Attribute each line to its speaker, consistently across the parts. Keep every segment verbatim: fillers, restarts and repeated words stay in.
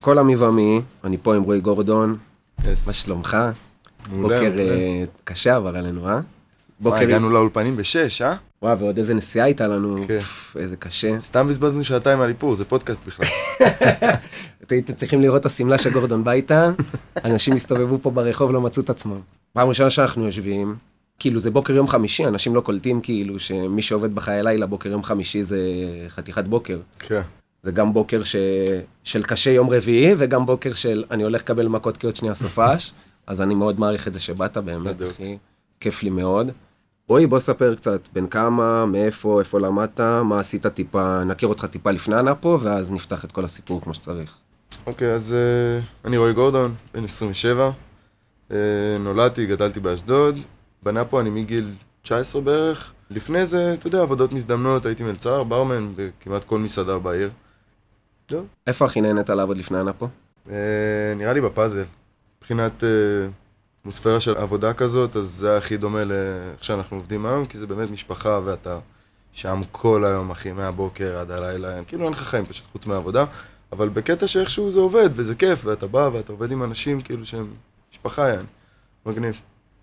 Speaker 1: כל עמי ועמי, אני פה עם רועי גורדון,
Speaker 2: Yes.
Speaker 1: מה שלומך?
Speaker 2: מעולה,
Speaker 1: בוקר
Speaker 2: מעולה.
Speaker 1: אה, קשה עבר עלינו, אה?
Speaker 2: מה,
Speaker 1: בוקר...
Speaker 2: הגענו לאולפנים בשש, אה?
Speaker 1: וואו, ועוד איזה נסיעה הייתה לנו,
Speaker 2: כן.
Speaker 1: פף, איזה קשה.
Speaker 2: סתם בזבזנו שעתיים על איפור, זה פודקאסט בכלל.
Speaker 1: הייתם צריכים לראות את הסמלה שגורדון בא איתה, אנשים הסתובבו פה ברחוב, לא מצאו את עצמם. פעם ראשונה שאנחנו יושבים, כאילו זה בוקר יום חמישי, אנשים לא קולטים כאילו שמי שעובד בחיי לילה, בוקר יום חמישי זה חתיכת בוקר.
Speaker 2: כן.
Speaker 1: זה גם בוקר ש... של קשה יום רביעי, וגם בוקר של אני הולך לקבל מכות כי עוד שנייה סופש, אז אני מאוד מעריך את זה שבאת, באמת,
Speaker 2: בדיוק.
Speaker 1: אחי, כיף לי מאוד. רועי, בוא ספר קצת, בין כמה, מאיפה, איפה למדת, מה עשית טיפה, נכיר אותך טיפה לפני הנאפו, ואז נפתח את כל הסיפור כמו שצריך.
Speaker 2: אוקיי, אז uh, אני רועי גורדון, בן עשרים ושבע. Uh, נולדתי, גדלתי באשדוד. בנאפו אני מגיל תשע עשרה בערך. לפני זה, אתה יודע, עבודות מזדמנות, הייתי מלצר, ברמן, בכמעט כל מסעדה בעיר. זהו.
Speaker 1: איפה הכי נהנית לעבוד לפני הנאפו?
Speaker 2: Uh, נראה לי בפאזל. מבחינת uh, אטמוספירה של עבודה כזאת, אז זה הכי דומה לאיך שאנחנו עובדים היום, כי זה באמת משפחה ואתה שם כל היום, אחי, מהבוקר עד הלילה, כאילו אין לך חיים פשוט חוץ מהעבודה, אבל בקטע שאיכשהו זה עובד וזה כיף, ואתה בא ואתה עובד עם אנשים כאילו שהם משפחה, יעני. מגניב.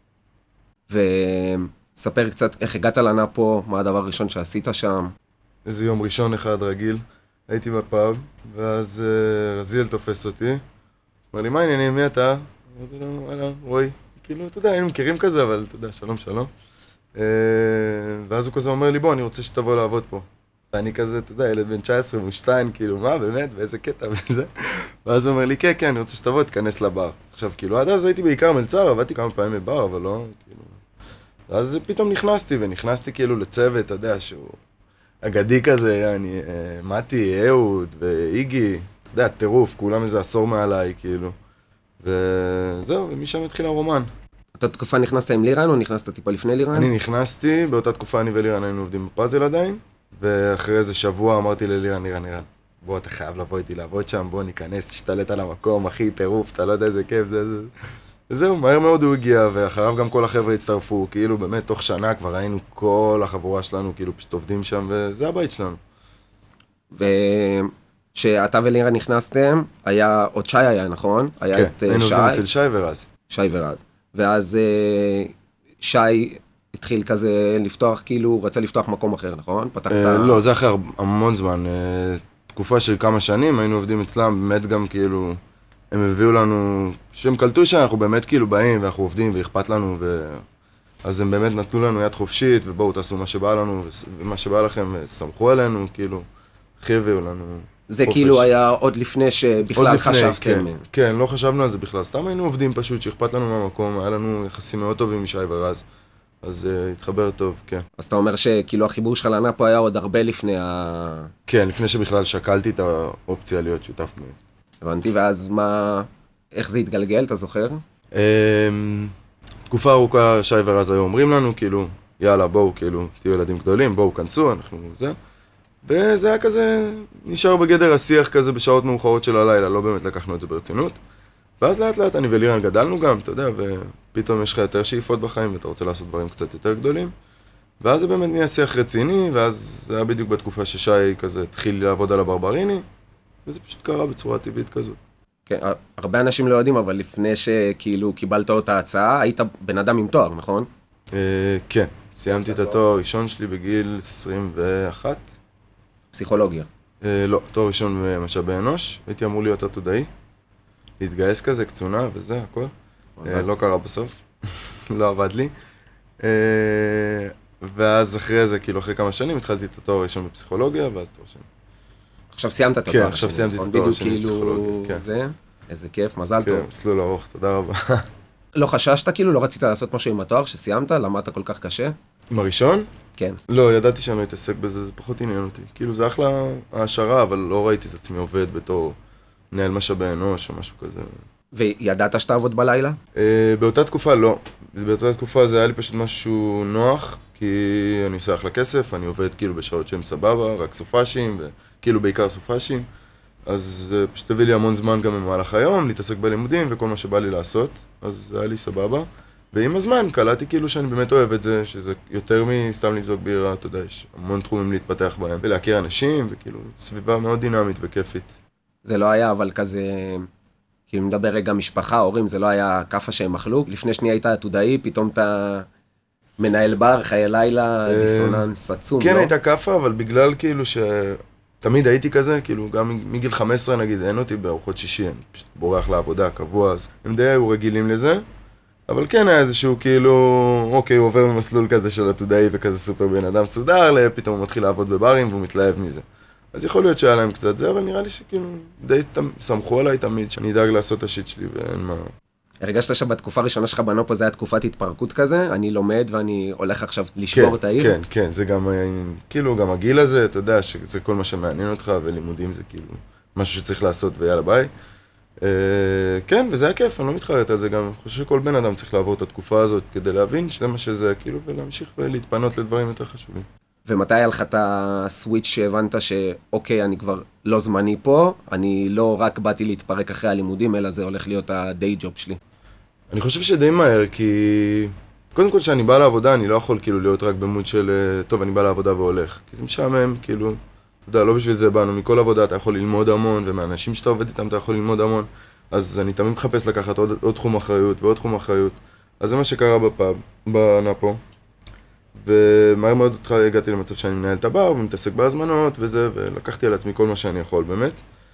Speaker 1: וספר קצת איך הגעת לנאפו, מה הדבר הראשון שעשית שם.
Speaker 2: איזה יום ראשון אחד רגיל, הייתי בפאב, ואז uh, רזיאל תופס אותי, אמר לי, מה העניינים, מי אתה? אמרתי לו, וואלה, רועי. כאילו, אתה יודע, היינו מכירים כזה, אבל אתה יודע, שלום, שלום. Uh, ואז הוא כזה אומר לי, בוא, אני רוצה שתבוא לעבוד פה. ואני כזה, אתה יודע, ילד בן תשע עשרה מושתיים, כאילו, מה, באמת, באיזה קטע וזה. ואז הוא אומר לי, כן, כן, אני רוצה שתבוא, תיכנס לבר. עכשיו, כאילו, עד אז הייתי בעיקר מלצר, עבדתי כמה פעמים בבר, אבל לא, כאילו... ואז פתאום נכנסתי, ונכנסתי כאילו לצוות, אתה יודע, שהוא אגדי כזה, אני, uh, מתי, אהוד ואיגי, אתה יודע, טירוף, כולם איזה עשור מעליי, כאילו. וזהו, ומשם התחיל הרומן.
Speaker 1: אותה תקופה נכנסת עם לירן או נכנסת טיפה לפני לירן?
Speaker 2: אני נכנסתי, באותה תקופה אני ולירן היינו עובדים בפאזל עדיין, ואחרי איזה שבוע אמרתי ללירן, לירן, לירן, בוא, אתה חייב לבוא איתי לעבוד שם, בוא ניכנס, תשתלט על המקום, אחי, טירוף, אתה לא יודע איזה כיף, זה, זה. וזהו, מהר מאוד הוא הגיע, ואחריו גם כל החבר'ה הצטרפו, כאילו באמת תוך שנה כבר היינו כל החבורה שלנו, כאילו פשוט עובדים שם, וזה הבית שלנו.
Speaker 1: ושאתה ולירן נכנסתם, היה, עוד שי היה, נכון? היה
Speaker 2: כן,
Speaker 1: את
Speaker 2: היינו
Speaker 1: שי,
Speaker 2: עובדים אצל שי ורז.
Speaker 1: שי ורז. ואז אה, שי התחיל כזה לפתוח, כאילו, הוא רצה לפתוח מקום אחר, נכון? פתחת...
Speaker 2: אה, לא, זה אחרי המון זמן. אה, תקופה של כמה שנים, היינו עובדים אצלם, באמת גם כאילו, הם הביאו לנו, שהם קלטו שאנחנו באמת כאילו באים ואנחנו עובדים ואכפת לנו, ו... אז הם באמת נתנו לנו יד חופשית, ובואו תעשו מה שבא לנו, ומה שבא לכם, סמכו עלינו, כאילו, הכי הביאו לנו
Speaker 1: זה
Speaker 2: חופש.
Speaker 1: כאילו היה עוד לפני
Speaker 2: עוד
Speaker 1: שבכלל
Speaker 2: לפני,
Speaker 1: חשבתם.
Speaker 2: כן, כן, לא חשבנו על זה בכלל, סתם היינו עובדים פשוט, שאכפת לנו מהמקום, היה לנו יחסים מאוד טובים עם שי ורז, אז uh, התחבר טוב, כן.
Speaker 1: אז אתה אומר שכאילו החיבור שלך לנאפו היה עוד הרבה לפני ה...
Speaker 2: כן, לפני שבכלל שקלתי את האופציה להיות שותף מהם.
Speaker 1: הבנתי, ואז מה... איך זה התגלגל, אתה זוכר?
Speaker 2: Um, תקופה ארוכה שי ורז היו אומרים לנו, כאילו, יאללה, בואו, כאילו, תהיו ילדים גדולים, בואו, כנסו, אנחנו זה. וזה היה כזה, נשאר בגדר השיח כזה בשעות מאוחרות של הלילה, לא באמת לקחנו את זה ברצינות. ואז לאט לאט אני ולירן גדלנו גם, אתה יודע, ופתאום יש לך יותר שאיפות בחיים ואתה רוצה לעשות דברים קצת יותר גדולים. ואז זה באמת נהיה שיח רציני, ואז זה היה בדיוק בתקופה ששי כזה התחיל לעבוד על הברבריני, וזה פשוט קרה בצורה טבעית כזאת.
Speaker 1: כן, הרבה אנשים לא יודעים, אבל לפני שכאילו קיבלת אותה הצעה, היית בן אדם עם תואר, נכון?
Speaker 2: אה, כן, סיימתי את התואר הראשון שלי בגיל עשרים ואחת.
Speaker 1: פסיכולוגיה.
Speaker 2: אה, לא, תואר ראשון במשאבי אנוש, הייתי אמור להיות עתודאי, להתגייס כזה, קצונה וזה, הכל. אה, לא קרה בסוף, לא עבד לי. אה, ואז אחרי זה, כאילו אחרי כמה שנים, התחלתי את התואר הראשון בפסיכולוגיה, ואז תואר שני.
Speaker 1: עכשיו סיימת את
Speaker 2: כן,
Speaker 1: התואר.
Speaker 2: עכשיו
Speaker 1: שני,
Speaker 2: סיימתי את
Speaker 1: נכון?
Speaker 2: התואר
Speaker 1: בדיוק
Speaker 2: השני
Speaker 1: כאילו
Speaker 2: בפסיכולוגיה, כן.
Speaker 1: זה, איזה כיף, מזל
Speaker 2: כן,
Speaker 1: טוב.
Speaker 2: מסלול ארוך, תודה רבה.
Speaker 1: לא חששת כאילו, לא רצית לעשות משהו עם התואר שסיימת, למדת כל כך קשה?
Speaker 2: עם הראשון?
Speaker 1: כן.
Speaker 2: לא, ידעתי שאני לא אתעסק בזה, זה פחות עניין אותי. כאילו זה אחלה העשרה, אבל לא ראיתי את עצמי עובד בתור מנהל משאבי אנוש או משהו כזה.
Speaker 1: וידעת שתעבוד בלילה?
Speaker 2: Uh, באותה תקופה לא. באותה תקופה זה היה לי פשוט משהו נוח, כי אני עושה אחלה כסף, אני עובד כאילו בשעות שהן סבבה, רק סופשים, וכאילו בעיקר סופשים. אז זה פשוט הביא לי המון זמן גם במהלך היום, להתעסק בלימודים וכל מה שבא לי לעשות, אז זה היה לי סבבה. ועם הזמן קלטתי כאילו שאני באמת אוהב את זה, שזה יותר מסתם לבזוק בירה, אתה יודע, יש המון תחומים להתפתח בהם, ולהכיר אנשים, וכאילו סביבה מאוד דינמית וכיפית.
Speaker 1: זה לא היה, אבל כזה, כאילו מדבר רגע משפחה, הורים, זה לא היה כאפה שהם אכלו. לפני שנייה היית עתודאי, פתאום אתה מנהל בר, חיי לילה, דיסוננס עצום,
Speaker 2: כן,
Speaker 1: לא?
Speaker 2: הייתה כאפה, אבל בגלל כאילו שתמיד הייתי כזה, כאילו גם מגיל חמש עשרה נגיד, אין אותי בארוחות שישי, אני פשוט בורח לעבודה קבוע, אז הם די היו רגילים לזה. אבל כן היה איזשהו כאילו, אוקיי, הוא עובר במסלול כזה של עתודאי וכזה סופר בן אדם סודר, פתאום הוא מתחיל לעבוד בברים והוא מתלהב מזה. אז יכול להיות שהיה להם קצת זה, אבל נראה לי שכאילו די סמכו עליי תמיד, שאני אדאג לעשות את השיט שלי ואין מה...
Speaker 1: הרגשת שבתקופה הראשונה שלך בנופו זה היה תקופת התפרקות כזה? אני לומד ואני הולך עכשיו לשבור את העיר?
Speaker 2: כן, כן, זה גם, כאילו, גם הגיל הזה, אתה יודע, שזה כל מה שמעניין אותך, ולימודים זה כאילו משהו שצריך לעשות ויאללה ביי. כן, וזה היה כיף, אני לא מתחרט על זה גם. אני חושב שכל בן אדם צריך לעבור את התקופה הזאת כדי להבין שזה מה שזה, כאילו, ולהמשיך ולהתפנות לדברים יותר חשובים.
Speaker 1: ומתי היה לך את הסוויץ' שהבנת שאוקיי, אני כבר לא זמני פה, אני לא רק באתי להתפרק אחרי הלימודים, אלא זה הולך להיות הדיי ג'וב שלי?
Speaker 2: אני חושב שדי מהר, כי קודם כל כשאני בא לעבודה, אני לא יכול כאילו להיות רק במוד של טוב, אני בא לעבודה והולך, כי זה משעמם, כאילו, אתה יודע, לא בשביל זה באנו, מכל עבודה אתה יכול ללמוד המון, ומאנשים שאתה עובד איתם אתה יכול ללמוד המון, אז אני תמיד מחפש לקחת עוד, עוד תחום אחריות ועוד תחום אחריות, אז זה מה שקרה בפאב, בנאפו. ומהר מאוד אותך הגעתי למצב שאני מנהל את הבר ומתעסק בהזמנות וזה, ולקחתי על עצמי כל מה שאני יכול באמת.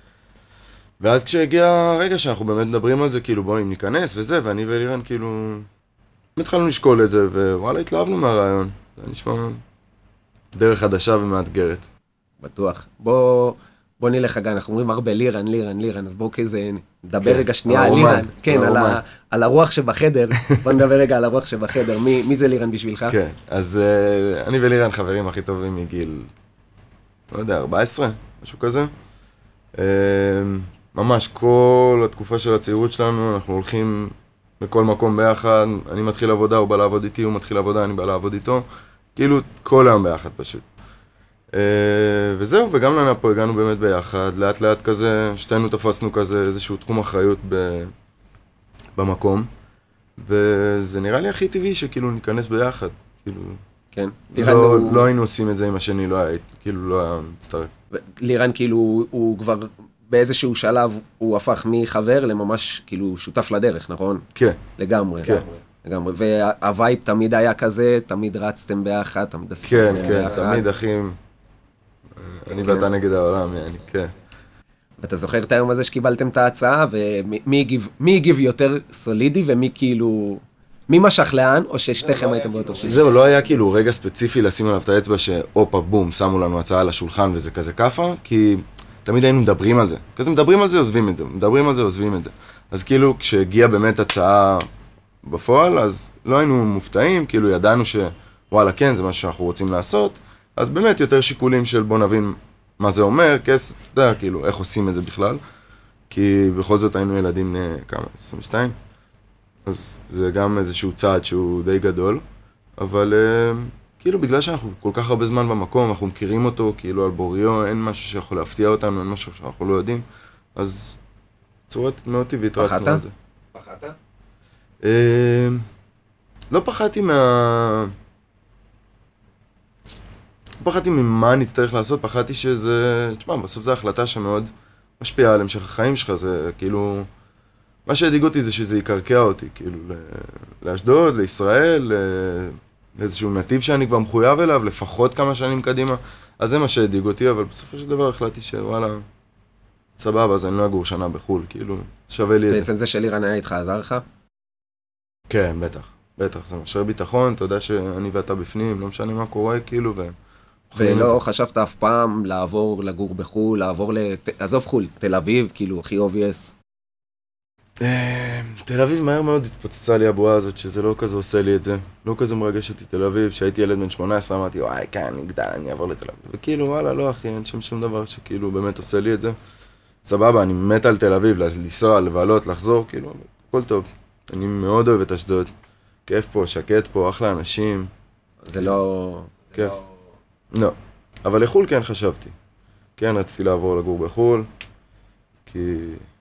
Speaker 2: ואז כשהגיע הרגע שאנחנו באמת מדברים על זה, כאילו בואו אם ניכנס וזה, ואני ואלירן כאילו התחלנו לשקול את זה, ווואלה התלהבנו מהרעיון. זה נשמע דרך חדשה ומאתגרת.
Speaker 1: בטוח. בוא, בוא נלך רגע, אנחנו אומרים הרבה לירן, לירן, לירן, אז בואו כזה נדבר רגע שנייה על לירן. כן, על, ה, על הרוח שבחדר. בוא נדבר רגע על הרוח שבחדר. מי, מי זה לירן בשבילך?
Speaker 2: כן, אז uh, אני ולירן חברים הכי טובים מגיל, לא יודע, ארבע עשרה, משהו כזה. Uh, ממש כל התקופה של הצעירות שלנו, אנחנו הולכים לכל מקום ביחד. אני מתחיל עבודה, הוא בא לעבוד איתי, הוא מתחיל עבודה, אני בא לעבוד איתו. כאילו כל היום ביחד פשוט. Uh, וזהו, וגם לנאפו הגענו באמת ביחד, לאט לאט כזה, שתינו תפסנו כזה איזשהו תחום אחריות ב... במקום, וזה נראה לי הכי טבעי שכאילו ניכנס ביחד, כאילו,
Speaker 1: כן.
Speaker 2: לא, הוא... לא היינו עושים את זה עם השני, לא היה, כאילו לא היה מצטרף.
Speaker 1: לירן כאילו הוא כבר באיזשהו שלב, הוא הפך מחבר לממש כאילו שותף לדרך, נכון?
Speaker 2: כן.
Speaker 1: לגמרי.
Speaker 2: כן.
Speaker 1: לגמרי, והווייב תמיד היה כזה, תמיד רצתם ביחד, תמיד עשיתם
Speaker 2: כן,
Speaker 1: ביחד.
Speaker 2: כן, תמיד אחים. אני ואתה נגד העולם, יעני, כן.
Speaker 1: ואתה זוכר את היום הזה שקיבלתם את ההצעה, ומי הגיב יותר סולידי, ומי כאילו... מי משך לאן, או ששתיכם הייתם באותו שלי?
Speaker 2: זהו, לא היה כאילו רגע ספציפי לשים עליו את האצבע שהופה בום, שמו לנו הצעה על השולחן וזה כזה כפה, כי תמיד היינו מדברים על זה. כזה מדברים על זה, עוזבים את זה, מדברים על זה, עוזבים את זה. אז כאילו כשהגיעה באמת הצעה בפועל, אז לא היינו מופתעים, כאילו ידענו שוואלה כן, זה מה שאנחנו רוצים לעשות, אז באמת יותר שיקולים של בוא נבין מה זה אומר, כס, אתה יודע, כאילו, איך עושים את זה בכלל, כי בכל זאת היינו ילדים, כמה, עשרים ושתיים? אז זה גם איזשהו צעד שהוא די גדול, אבל כאילו בגלל שאנחנו כל כך הרבה זמן במקום, אנחנו מכירים אותו, כאילו על בוריו, אין משהו שיכול להפתיע אותנו, אין משהו שאנחנו לא יודעים, אז צורת מאוד טבעית רצנו על זה.
Speaker 1: פחדת?
Speaker 2: לא פחדתי מה... פחדתי ממה אני אצטרך לעשות, פחדתי שזה... תשמע, בסוף זו החלטה שמאוד משפיעה על המשך החיים שלך, זה כאילו... מה שהדאיג אותי זה שזה יקרקע אותי, כאילו, לאשדוד, לישראל, לאיזשהו נתיב שאני כבר מחויב אליו, לפחות כמה שנים קדימה, אז זה מה שהדאיג אותי, אבל בסופו של דבר החלטתי שוואלה, סבבה, אז אני לא אגור שנה בחול, כאילו, שווה לי את זה.
Speaker 1: בעצם זה שלירן היה איתך, עזר לך?
Speaker 2: כן, בטח, בטח, זה משאיר ביטחון, אתה יודע שאני ואתה בפנים, לא משנה מה קורה, כאילו, ו...
Speaker 1: ולא חשבת אף פעם לעבור לגור בחול, לעבור לת... עזוב חול, תל אביב, כאילו, הכי obvious.
Speaker 2: תל אביב מהר מאוד התפוצצה לי הבועה הזאת, שזה לא כזה עושה לי את זה. לא כזה מרגש אותי תל אביב, שהייתי ילד בן שמונה עשרה, אמרתי, וואי, כן, אני אגדל, אני אעבור לתל אביב. וכאילו, וואלה, לא אחי, אין שם שום דבר שכאילו באמת עושה לי את זה. סבבה, אני מת על תל אביב, לנסוע, לבלות, לחזור, כאילו, הכל טוב. אני מאוד אוהב את אשדוד. כיף פה, שקט פה, אחלה אנשים.
Speaker 1: זה לא...
Speaker 2: כיף. לא. אבל לחול כן חשבתי. כן, רציתי לעבור לגור בחול, כי...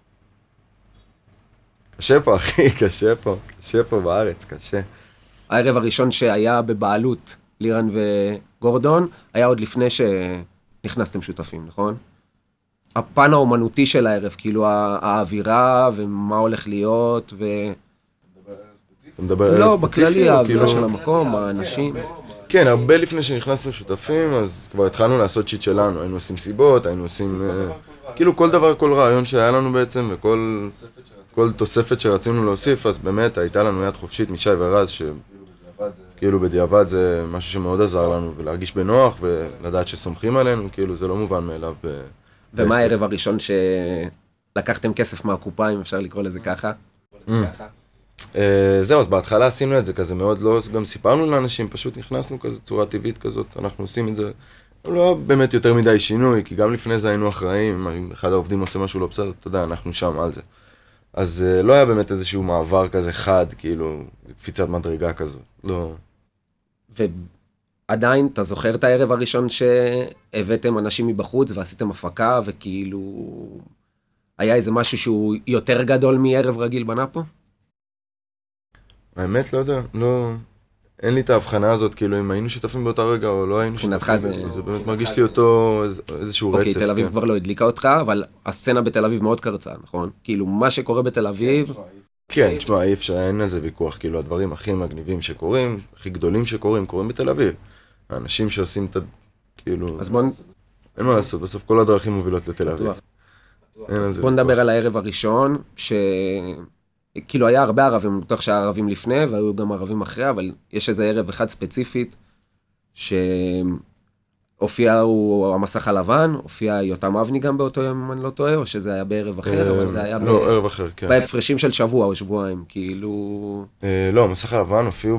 Speaker 2: קשה פה, אחי, קשה פה. קשה פה בארץ, קשה.
Speaker 1: הערב הראשון שהיה בבעלות לירן וגורדון, היה עוד לפני שנכנסתם שותפים, נכון? הפן האומנותי של הערב, כאילו האווירה ומה הולך להיות, ו...
Speaker 2: אתה מדבר על
Speaker 1: לא, בכללי האווירה
Speaker 2: כאילו...
Speaker 1: של המקום, האנשים.
Speaker 2: כן, הרבה לפני שנכנסנו שותפים, אז כבר התחלנו לעשות שיט שלנו, היינו עושים סיבות, היינו עושים... כאילו כל דבר, כל רעיון שהיה לנו בעצם, וכל כל תוספת שרצינו להוסיף, אז באמת הייתה לנו יד חופשית משי ורז, שכאילו בדיעבד זה משהו שמאוד עזר לנו, ולהרגיש בנוח ולדעת שסומכים עלינו, כאילו זה לא מובן מאליו.
Speaker 1: ומה הערב הראשון שלקחתם כסף מהקופה, אם אפשר לקרוא לזה ככה?
Speaker 2: זהו, אז בהתחלה עשינו את זה כזה מאוד לא, גם סיפרנו לאנשים, פשוט נכנסנו כזה צורה טבעית כזאת, אנחנו עושים את זה, לא באמת יותר מדי שינוי, כי גם לפני זה היינו אחראים, אם אחד העובדים עושה משהו לא בסדר, אתה יודע, אנחנו שם על זה. אז לא היה באמת איזשהו מעבר כזה חד, כאילו, קפיצת מדרגה כזאת, לא...
Speaker 1: ועדיין, אתה זוכר את הערב הראשון שהבאתם אנשים מבחוץ ועשיתם הפקה, וכאילו, היה איזה משהו שהוא יותר גדול מערב רגיל בנאפו?
Speaker 2: האמת, לא יודע, לא... אין לי את ההבחנה הזאת, כאילו, אם היינו שותפים באותה רגע או לא היינו שותפים,
Speaker 1: זה...
Speaker 2: זה באמת מרגיש לי אותו איזשהו רצף.
Speaker 1: אוקיי, תל אביב כבר לא הדליקה אותך, אבל הסצנה בתל אביב מאוד קרצה, נכון? כאילו, מה שקורה בתל אביב...
Speaker 2: כן, תשמע, אי אפשר, אין על זה ויכוח, כאילו, הדברים הכי מגניבים שקורים, הכי גדולים שקורים, קורים בתל אביב. האנשים שעושים את ה... כאילו...
Speaker 1: אז בוא...
Speaker 2: אין מה לעשות, בסוף כל הדרכים מובילות לתל אביב.
Speaker 1: אז בוא נדבר על הערב הראשון, ש... כאילו היה הרבה ערבים, בטוח שהיה ערבים לפני, והיו גם ערבים אחרי, אבל יש איזה ערב אחד ספציפית, שהופיע הוא המסך הלבן, הופיע יותם אבני גם באותו יום, אני לא טועה, או שזה היה בערב אחר, אבל זה היה...
Speaker 2: לא, ערב אחר, כן.
Speaker 1: בהפרשים של שבוע או שבועיים, כאילו...
Speaker 2: לא, המסך הלבן הופיעו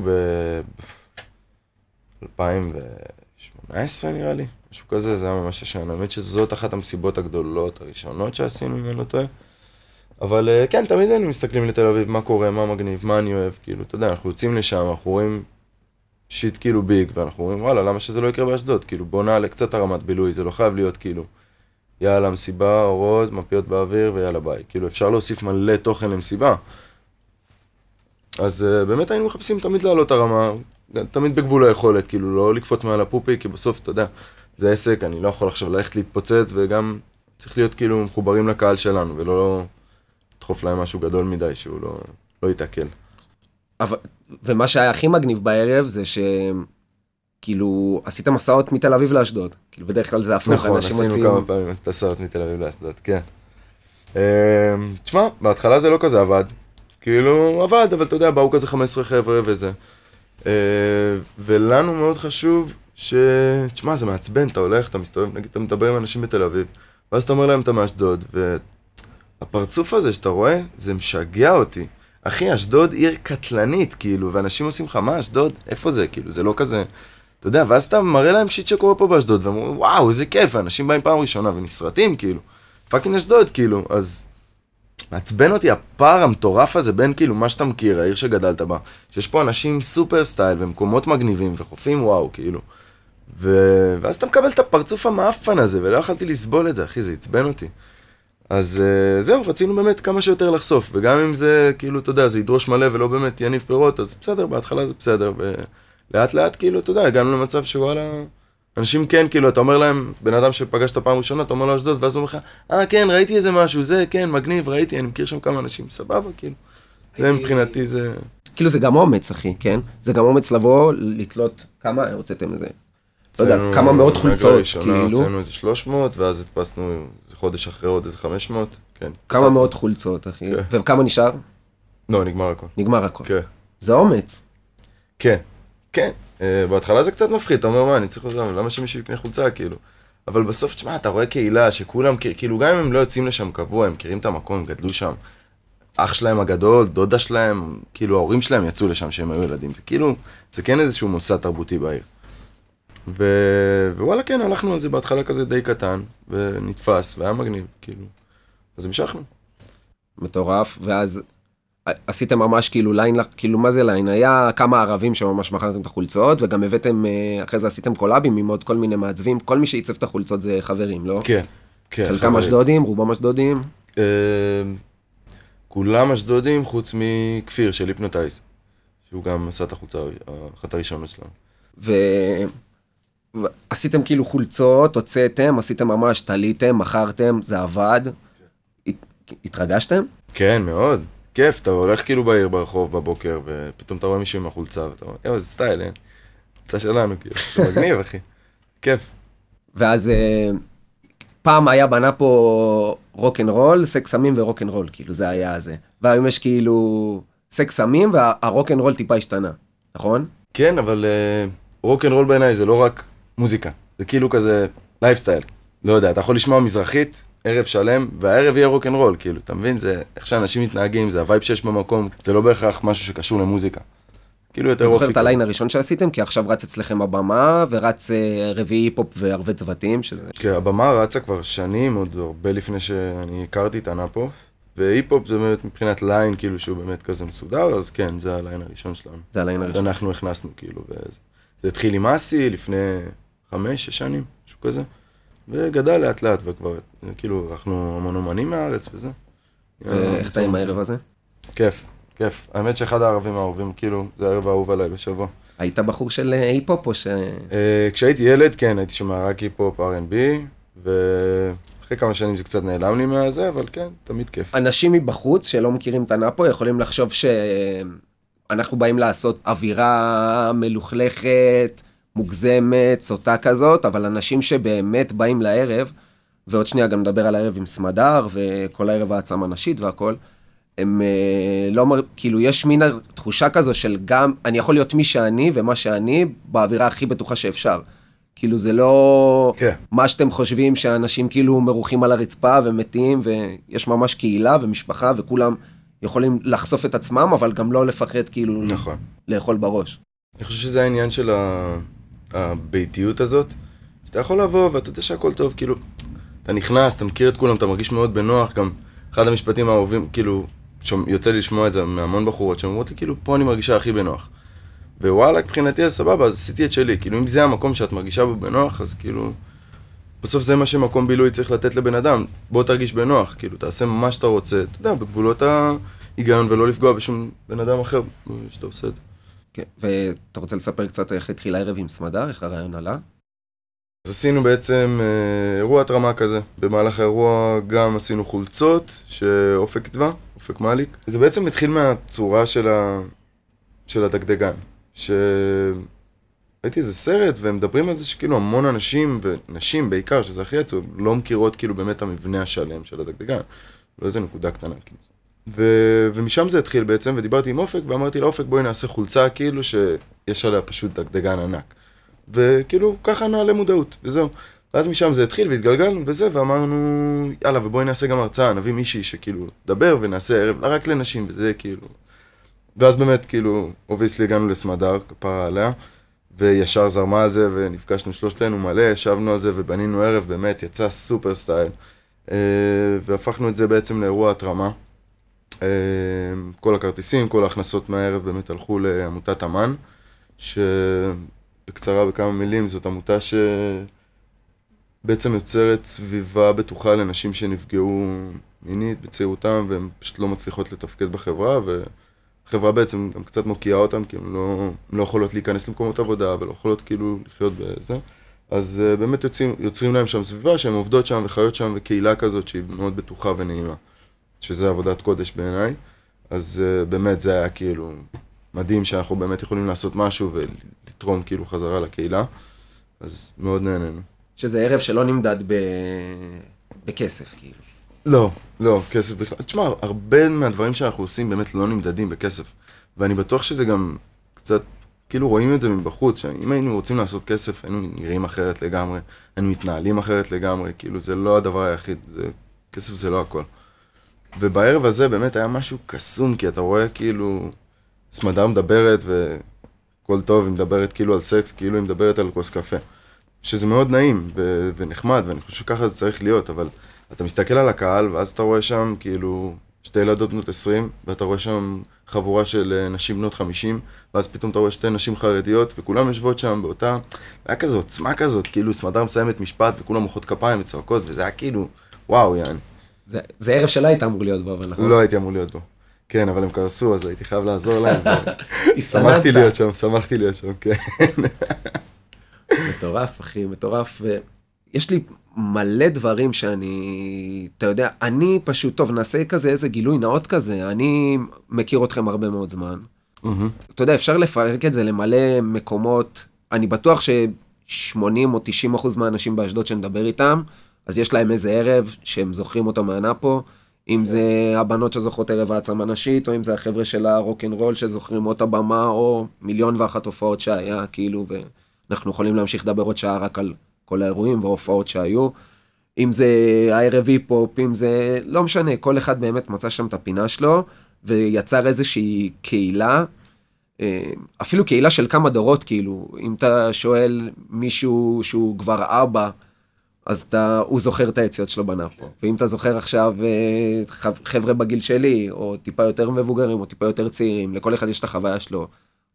Speaker 2: ב-אלפיים ושמונה עשרה נראה לי, משהו כזה, זה היה ממש השנה. האמת שזאת אחת המסיבות הגדולות הראשונות שעשינו, אם אני לא טועה. אבל כן, תמיד היינו מסתכלים לתל אביב, מה קורה, מה מגניב, מה אני אוהב, כאילו, אתה יודע, אנחנו יוצאים לשם, אנחנו רואים שיט כאילו ביג, ואנחנו רואים, וואלה, למה שזה לא יקרה באשדוד? כאילו, בוא נעלה קצת הרמת בילוי, זה לא חייב להיות, כאילו, יאללה, מסיבה, אורות, מפיות באוויר, ויאללה, ביי. כאילו, אפשר להוסיף מלא תוכן למסיבה. אז באמת היינו מחפשים תמיד לעלות הרמה, תמיד בגבול היכולת, כאילו, לא לקפוץ מעל הפופי, כי בסוף, אתה יודע, זה עסק, אני לא יכול עכשיו ללכת להתפוצץ, וגם צריך להיות, כאילו, מחוברים לקהל שלנו, ולא לדחוף להם משהו גדול מדי, שהוא לא, לא יתעכל.
Speaker 1: אבל, ומה שהיה הכי מגניב בערב, זה שכאילו, עשית מסעות מתל אביב לאשדוד. כאילו, בדרך כלל זה הפוך,
Speaker 2: נכון, עשינו מציעים... כמה פעמים את מסעות מתל אביב לאשדוד, כן. תשמע, בהתחלה זה לא כזה עבד. כאילו, עבד, אבל אתה יודע, באו כזה חמש עשרה חבר'ה וזה. ולנו מאוד חשוב ש... תשמע, זה מעצבן, אתה הולך, אתה מסתובב, נגיד, אתה מדבר עם אנשים בתל אביב, ואז אתה אומר להם, אתה מאשדוד, והפרצוף הזה שאתה רואה, זה משגע אותי. אחי, אשדוד עיר קטלנית, כאילו, ואנשים עושים לך, מה, אשדוד? איפה זה? כאילו, זה לא כזה... אתה יודע, ואז אתה מראה להם שיט שקורה פה באשדוד, ואומרים, וואו, איזה כיף, ואנשים באים פעם ראשונה ונשרטים, כאילו. פאקינג אשדוד, כאילו, אז... מעצבן אותי הפער המטורף הזה בין, כאילו, מה שאתה מכיר, העיר שגדלת בה, שיש פה אנשים סופר סטייל, ומקומות מגניבים, וחופים וואו, כאילו. ו... ואז אתה מקבל את הפרצוף המאפן הזה, ולא יכלתי לסבול את זה, אחי, זה עצבן אותי. אז זהו, רצינו באמת כמה שיותר לחשוף, וגם אם זה, כאילו, אתה יודע, זה ידרוש מלא ולא באמת יניב פירות, אז בסדר, בהתחלה זה בסדר, ולאט לאט, כאילו, אתה יודע, הגענו למצב שוואלה, אנשים כן, כאילו, אתה אומר להם, בן אדם שפגשת פעם ראשונה, אתה אומר לו אשדוד, ואז הוא אומר לך, אה, כן, ראיתי איזה משהו, זה, כן, מגניב, ראיתי, אני מכיר שם כמה אנשים, סבבה, כאילו. זה מבחינתי, זה... כאילו, זה גם אומץ, אחי, כן? זה גם אומץ לבוא, לתלות, כמה הוצאתם לזה? לא יודע, כמה מאות חולצות, כאילו. הוצאנו איזה שלוש מאות, ואז הדפסנו איזה חודש אחרי עוד איזה חמש מאות, כן.
Speaker 1: כמה מאות חולצות, אחי. וכמה נשאר?
Speaker 2: לא, נגמר הכל.
Speaker 1: נגמר הכל.
Speaker 2: כן.
Speaker 1: זה אומץ.
Speaker 2: כן, כן. בהתחלה זה קצת מפחיד, אתה אומר, מה, אני צריך לזה, למה שמישהו יקנה חולצה, כאילו. אבל בסוף, תשמע, אתה רואה קהילה שכולם, כאילו, גם אם הם לא יוצאים לשם קבוע, הם מכירים את המקום, הם גדלו שם. אח שלהם הגדול, דודה שלהם, כאילו, ההורים שלהם יצאו לשם שהם היו ילדים. כאילו, זה כן איזשהו מוסד תרבותי בעיר. ו... ווואלה, כן, הלכנו על זה בהתחלה כזה די קטן, ונתפס, והיה מגניב, כאילו. אז המשכנו.
Speaker 1: מטורף, ואז עשיתם ממש כאילו ליין, כאילו מה זה ליין? היה כמה ערבים שממש מכרתם את החולצות, וגם הבאתם, אחרי זה עשיתם קולאבים עם עוד כל מיני מעצבים, כל מי שעיצב את החולצות זה חברים, לא?
Speaker 2: כן, כן.
Speaker 1: חלקם אשדודים, רובם אשדודים?
Speaker 2: כולם אשדודים, חוץ מכפיר של היפנוטייז, שהוא גם עשה את החולצה, אחת הראשונות שלנו.
Speaker 1: ו... עשיתם כאילו חולצות, הוצאתם, עשיתם ממש, תליתם, מכרתם, זה עבד. התרגשתם?
Speaker 2: כן, מאוד. כיף, אתה הולך כאילו בעיר ברחוב בבוקר, ופתאום אתה רואה מישהו עם החולצה, ואתה אומר, יואו, זה סטייל, אין? חולצה שלנו, כאילו, זה מגניב, אחי. כיף.
Speaker 1: ואז פעם היה בנה פה רוק'נ'רול, סקס סמים ורוק'נ'רול, כאילו, זה היה זה. והיום יש כאילו סקס סמים, והרוק'נ'רול טיפה השתנה, נכון?
Speaker 2: כן, אבל רוק'נ'רול בעיניי זה לא רק מוזיקה, זה כאילו כזה לייפסטייל. לא יודע, אתה יכול לשמוע מזרחית, ערב שלם, והערב יהיה רוק'נ'רול, כאילו, אתה מבין? זה איך שאנשים מתנהגים, זה הווייב שיש במקום, זה לא בהכרח משהו שקשור למוזיקה. כאילו יותר אופי.
Speaker 1: אתה זוכר את הליין הראשון שעשיתם? כי עכשיו רץ אצלכם הבמה, ורץ רביעי פופ והרבה צוותים, שזה...
Speaker 2: כן, הבמה רצה כבר שנים, עוד הרבה לפני שאני הכרתי את הנאפו, והיפ-הופ זה באמת מבחינת ליין, כאילו שהוא באמת כזה מסודר, אז כן, זה הליין הראשון שלנו.
Speaker 1: זה הליין הראשון.
Speaker 2: שאנחנו הכנסנו, כאילו, וזה. זה התחיל עם אסי לפני חמש, שש שנים, משהו כזה. וגדל לאט לאט, וכבר, כאילו, אנחנו המון אומנים מהארץ וזה.
Speaker 1: איך אתה עם הערב הזה?
Speaker 2: כיף, כיף. האמת שאחד הערבים האהובים, כאילו, זה הערב האהוב עליי בשבוע.
Speaker 1: היית בחור של היפ-הופ או ש...
Speaker 2: כשהייתי ילד, כן, הייתי שומע רק היפ-הופ, אר אנד בי, ואחרי כמה שנים זה קצת נעלם לי מהזה, אבל כן, תמיד כיף.
Speaker 1: אנשים מבחוץ שלא מכירים את הנאפו, יכולים לחשוב שאנחנו באים לעשות אווירה מלוכלכת, מוגזמת, סוטה כזאת, אבל אנשים שבאמת באים לערב, ועוד שנייה גם נדבר על הערב עם סמדר, וכל הערב העצמה נשית והכל, הם לא, כאילו יש מין תחושה כזו של גם, אני יכול להיות מי שאני ומה שאני, באווירה הכי בטוחה שאפשר. כאילו זה לא
Speaker 2: כן.
Speaker 1: מה שאתם חושבים שאנשים כאילו מרוחים על הרצפה ומתים, ויש ממש קהילה ומשפחה, וכולם יכולים לחשוף את עצמם, אבל גם לא לפחד כאילו
Speaker 2: נכון.
Speaker 1: לאכול בראש.
Speaker 2: אני חושב שזה העניין של הביתיות הזאת, שאתה יכול לבוא ואתה יודע שהכל טוב, כאילו, אתה נכנס, אתה מכיר את כולם, אתה מרגיש מאוד בנוח, גם אחד המשפטים האהובים, כאילו, יוצא לי לשמוע את זה מהמון בחורות, שאומרות לי, כאילו, פה אני מרגישה הכי בנוח. ווואלה, מבחינתי אז סבבה, אז עשיתי את שלי, כאילו, אם זה המקום שאת מרגישה בו בנוח, אז כאילו, בסוף זה מה שמקום בילוי צריך לתת לבן אדם, בוא תרגיש בנוח, כאילו, תעשה מה שאתה רוצה, אתה יודע, בגבולות ההיגיון ולא לפגוע בשום בן אדם אחר, שאתה עושה את זה.
Speaker 1: כן, ואתה רוצה לספר קצת איך התחיל הערב עם סמדר, איך הרעיון עלה?
Speaker 2: אז עשינו בעצם אה, אירוע התרמה כזה. במהלך האירוע גם עשינו חולצות שאופק כתבה, אופק מאליק. זה בעצם התחיל מהצורה של, ה... של הדגדגן. שהייתי איזה סרט והם מדברים על זה שכאילו המון אנשים ונשים בעיקר, שזה הכי עצוב, לא מכירות כאילו באמת המבנה השלם של הדגדגן. לא איזה נקודה קטנה כאילו. ו... ומשם זה התחיל בעצם, ודיברתי עם אופק ואמרתי לאופק בואי נעשה חולצה כאילו שיש עליה פשוט דגדגן ענק. וכאילו, ככה נעלה מודעות, וזהו. ואז משם זה התחיל והתגלגלנו וזה, ואמרנו, יאללה, ובואי נעשה גם הרצאה, נביא מישהי שכאילו, דבר ונעשה ערב, רק לנשים, וזה כאילו. ואז באמת, כאילו, אובייסלי הגענו לסמדר, כפרה עליה, וישר זרמה על זה, ונפגשנו שלושתנו מלא, ישבנו על זה, ובנינו ערב, באמת, יצא סופר סטייל. והפכנו את זה בעצם לאירוע התרמה. כל הכרטיסים, כל ההכנסות מהערב באמת הלכו לעמותת אמן, ש... בקצרה בכמה מילים, זאת עמותה שבעצם יוצרת סביבה בטוחה לנשים שנפגעו מינית בצעירותם והן פשוט לא מצליחות לתפקד בחברה, והחברה בעצם גם קצת מוקיעה אותם כי הן לא, לא יכולות להיכנס למקומות עבודה ולא יכולות כאילו לחיות בזה. אז באמת יוצרים, יוצרים להם שם סביבה שהן עובדות שם וחיות שם וקהילה כזאת שהיא מאוד בטוחה ונעימה, שזה עבודת קודש בעיניי. אז באמת זה היה כאילו מדהים שאנחנו באמת יכולים לעשות משהו ולתרום כאילו חזרה לקהילה, אז מאוד נהנינו.
Speaker 1: שזה ערב שלא נמדד ב... בכסף, כאילו.
Speaker 2: לא, לא, כסף בכלל. תשמע, הרבה מהדברים שאנחנו עושים באמת לא נמדדים בכסף, ואני בטוח שזה גם קצת, כאילו רואים את זה מבחוץ, שאם היינו רוצים לעשות כסף, היינו נראים אחרת לגמרי, היינו מתנהלים אחרת לגמרי, כאילו זה לא הדבר היחיד, זה... כסף זה לא הכל. ובערב הזה באמת היה משהו קסום, כי אתה רואה כאילו... סמדר מדברת וכל טוב, היא מדברת כאילו על סקס, כאילו היא מדברת על כוס קפה. שזה מאוד נעים ו- ונחמד, ואני חושב שככה זה צריך להיות, אבל אתה מסתכל על הקהל, ואז אתה רואה שם כאילו שתי ילדות בנות עשרים, ואתה רואה שם חבורה של נשים בנות חמישים, ואז פתאום אתה רואה שתי נשים חרדיות, וכולם יושבות שם באותה, היה כזו עוצמה כזאת, כאילו סמדר מסיימת משפט, וכולם מוחאות כפיים וצועקות, וזה היה כאילו, וואו, יעני.
Speaker 1: זה, זה ערב שלא היית אמור להיות בו, אבל נכון?
Speaker 2: לא הייתי אמור להיות בו. כן, אבל הם קרסו, אז הייתי חייב לעזור להם. שמחתי להיות שם, שמחתי להיות שם, כן.
Speaker 1: מטורף, אחי, מטורף. יש לי מלא דברים שאני, אתה יודע, אני פשוט, טוב, נעשה כזה איזה גילוי נאות כזה, אני מכיר אתכם הרבה מאוד זמן. אתה יודע, אפשר לפרק את זה למלא מקומות, אני בטוח ש-שמונים או תשעים אחוז מהאנשים באשדוד שנדבר איתם, אז יש להם איזה ערב שהם זוכרים אותו מהנאפו, אם זה הבנות שזוכרות ערב העצמה נשית, או אם זה החבר'ה של הרוק'נ'רול שזוכרים אותה במה, או מיליון ואחת הופעות שהיה, כאילו, ואנחנו יכולים להמשיך לדבר עוד שעה רק על כל האירועים וההופעות שהיו. אם זה הערב היפ-הופ, אם זה, לא משנה, כל אחד באמת מצא שם את הפינה שלו, ויצר איזושהי קהילה, אפילו קהילה של כמה דורות, כאילו, אם אתה שואל מישהו שהוא כבר אבא, אז אתה, הוא זוכר את היציאות שלו בנאפו. ואם אתה זוכר עכשיו חבר'ה בגיל שלי, או טיפה יותר מבוגרים, או טיפה יותר צעירים, לכל אחד יש את החוויה שלו.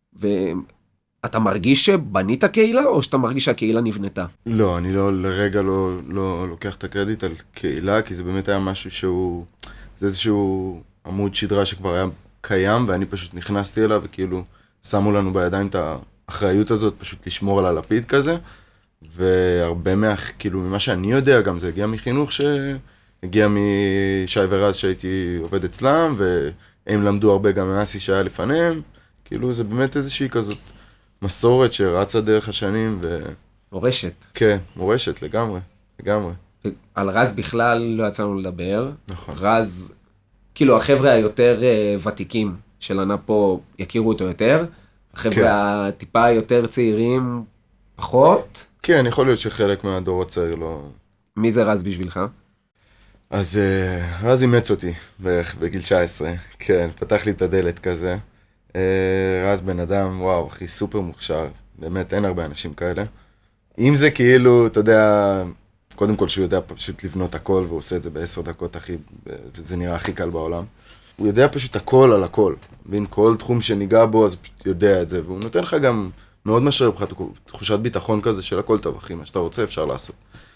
Speaker 1: ואתה מרגיש שבנית קהילה, או שאתה מרגיש שהקהילה נבנתה?
Speaker 2: לא, אני לא, לרגע לא, לא לוקח את הקרדיט על קהילה, כי זה באמת היה משהו שהוא, זה איזשהו עמוד שדרה שכבר היה קיים, ואני פשוט נכנסתי אליו, וכאילו שמו לנו בידיים את האחריות הזאת, פשוט לשמור על הלפיד כזה. והרבה מה, כאילו, ממה שאני יודע, גם זה הגיע מחינוך שהגיע משי ורז שהייתי עובד אצלם, והם למדו הרבה גם מאסי שהיה לפניהם, כאילו זה באמת איזושהי כזאת מסורת שרצה דרך השנים ו...
Speaker 1: מורשת.
Speaker 2: כן, מורשת, לגמרי, לגמרי.
Speaker 1: על רז בכלל לא יצאנו לדבר.
Speaker 2: נכון.
Speaker 1: רז, כאילו החבר'ה היותר ותיקים של הנאפו יכירו אותו יותר, החבר'ה כן. הטיפה היותר צעירים פחות.
Speaker 2: כן, יכול להיות שחלק מהדור הצעיר לא...
Speaker 1: מי זה רז בשבילך?
Speaker 2: אז uh, רז אימץ אותי בערך בגיל תשע עשרה, כן, פתח לי את הדלת כזה. Uh, רז בן אדם, וואו, אחי, סופר מוכשר, באמת אין הרבה אנשים כאלה. אם זה כאילו, אתה יודע, קודם כל שהוא יודע פשוט לבנות הכל, והוא עושה את זה בעשר דקות, אחי, וזה נראה הכי קל בעולם. הוא יודע פשוט הכל על הכל, בין כל תחום שניגע בו, אז פשוט יודע את זה, והוא נותן לך גם... מאוד משאיר בך תחושת ביטחון כזה של הכל טוב, אחי, מה שאתה רוצה אפשר לעשות.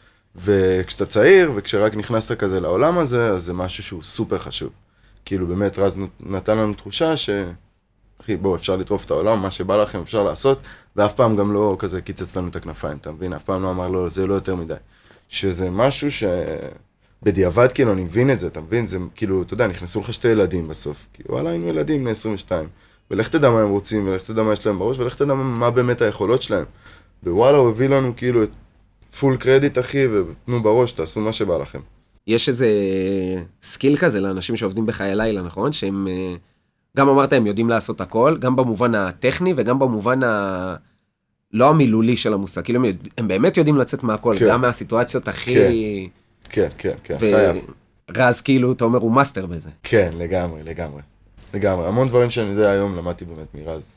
Speaker 2: וכשאתה צעיר, וכשרק נכנסת כזה לעולם הזה, אז זה משהו שהוא סופר חשוב. כאילו באמת רז נתן לנו תחושה ש... אחי, בוא, אפשר לטרוף את העולם, מה שבא לכם אפשר לעשות, ואף פעם גם לא כזה קיצץ לנו את הכנפיים, אתה מבין? אף פעם לא אמר, לא, זה לא יותר מדי. שזה משהו שבדיעבד, כאילו, אני מבין את זה, אתה מבין? זה כאילו, אתה יודע, נכנסו לך שתי ילדים בסוף. כי וואלה, היינו ילדים בני עשרים ושתיים. ולך תדע מה הם רוצים, ולך תדע מה יש להם בראש, ולך תדע מה באמת היכולות שלהם. ווואלה, הוא הביא לנו כאילו את פול קרדיט, אחי, ותנו בראש, תעשו מה שבא לכם.
Speaker 1: יש איזה סקיל כזה לאנשים שעובדים בחיי לילה, נכון? שהם, גם אמרת, הם יודעים לעשות הכל, גם במובן הטכני, וגם במובן ה... לא המילולי של המושג, כאילו הם, יודע... הם באמת יודעים לצאת מהכל, כן. גם מהסיטואציות הכי...
Speaker 2: כן, כן, כן,
Speaker 1: ו... חייב. רז, כאילו, אתה אומר, הוא מאסטר בזה.
Speaker 2: כן, לגמרי, לגמרי. לגמרי, המון דברים שאני יודע היום, למדתי באמת מרז,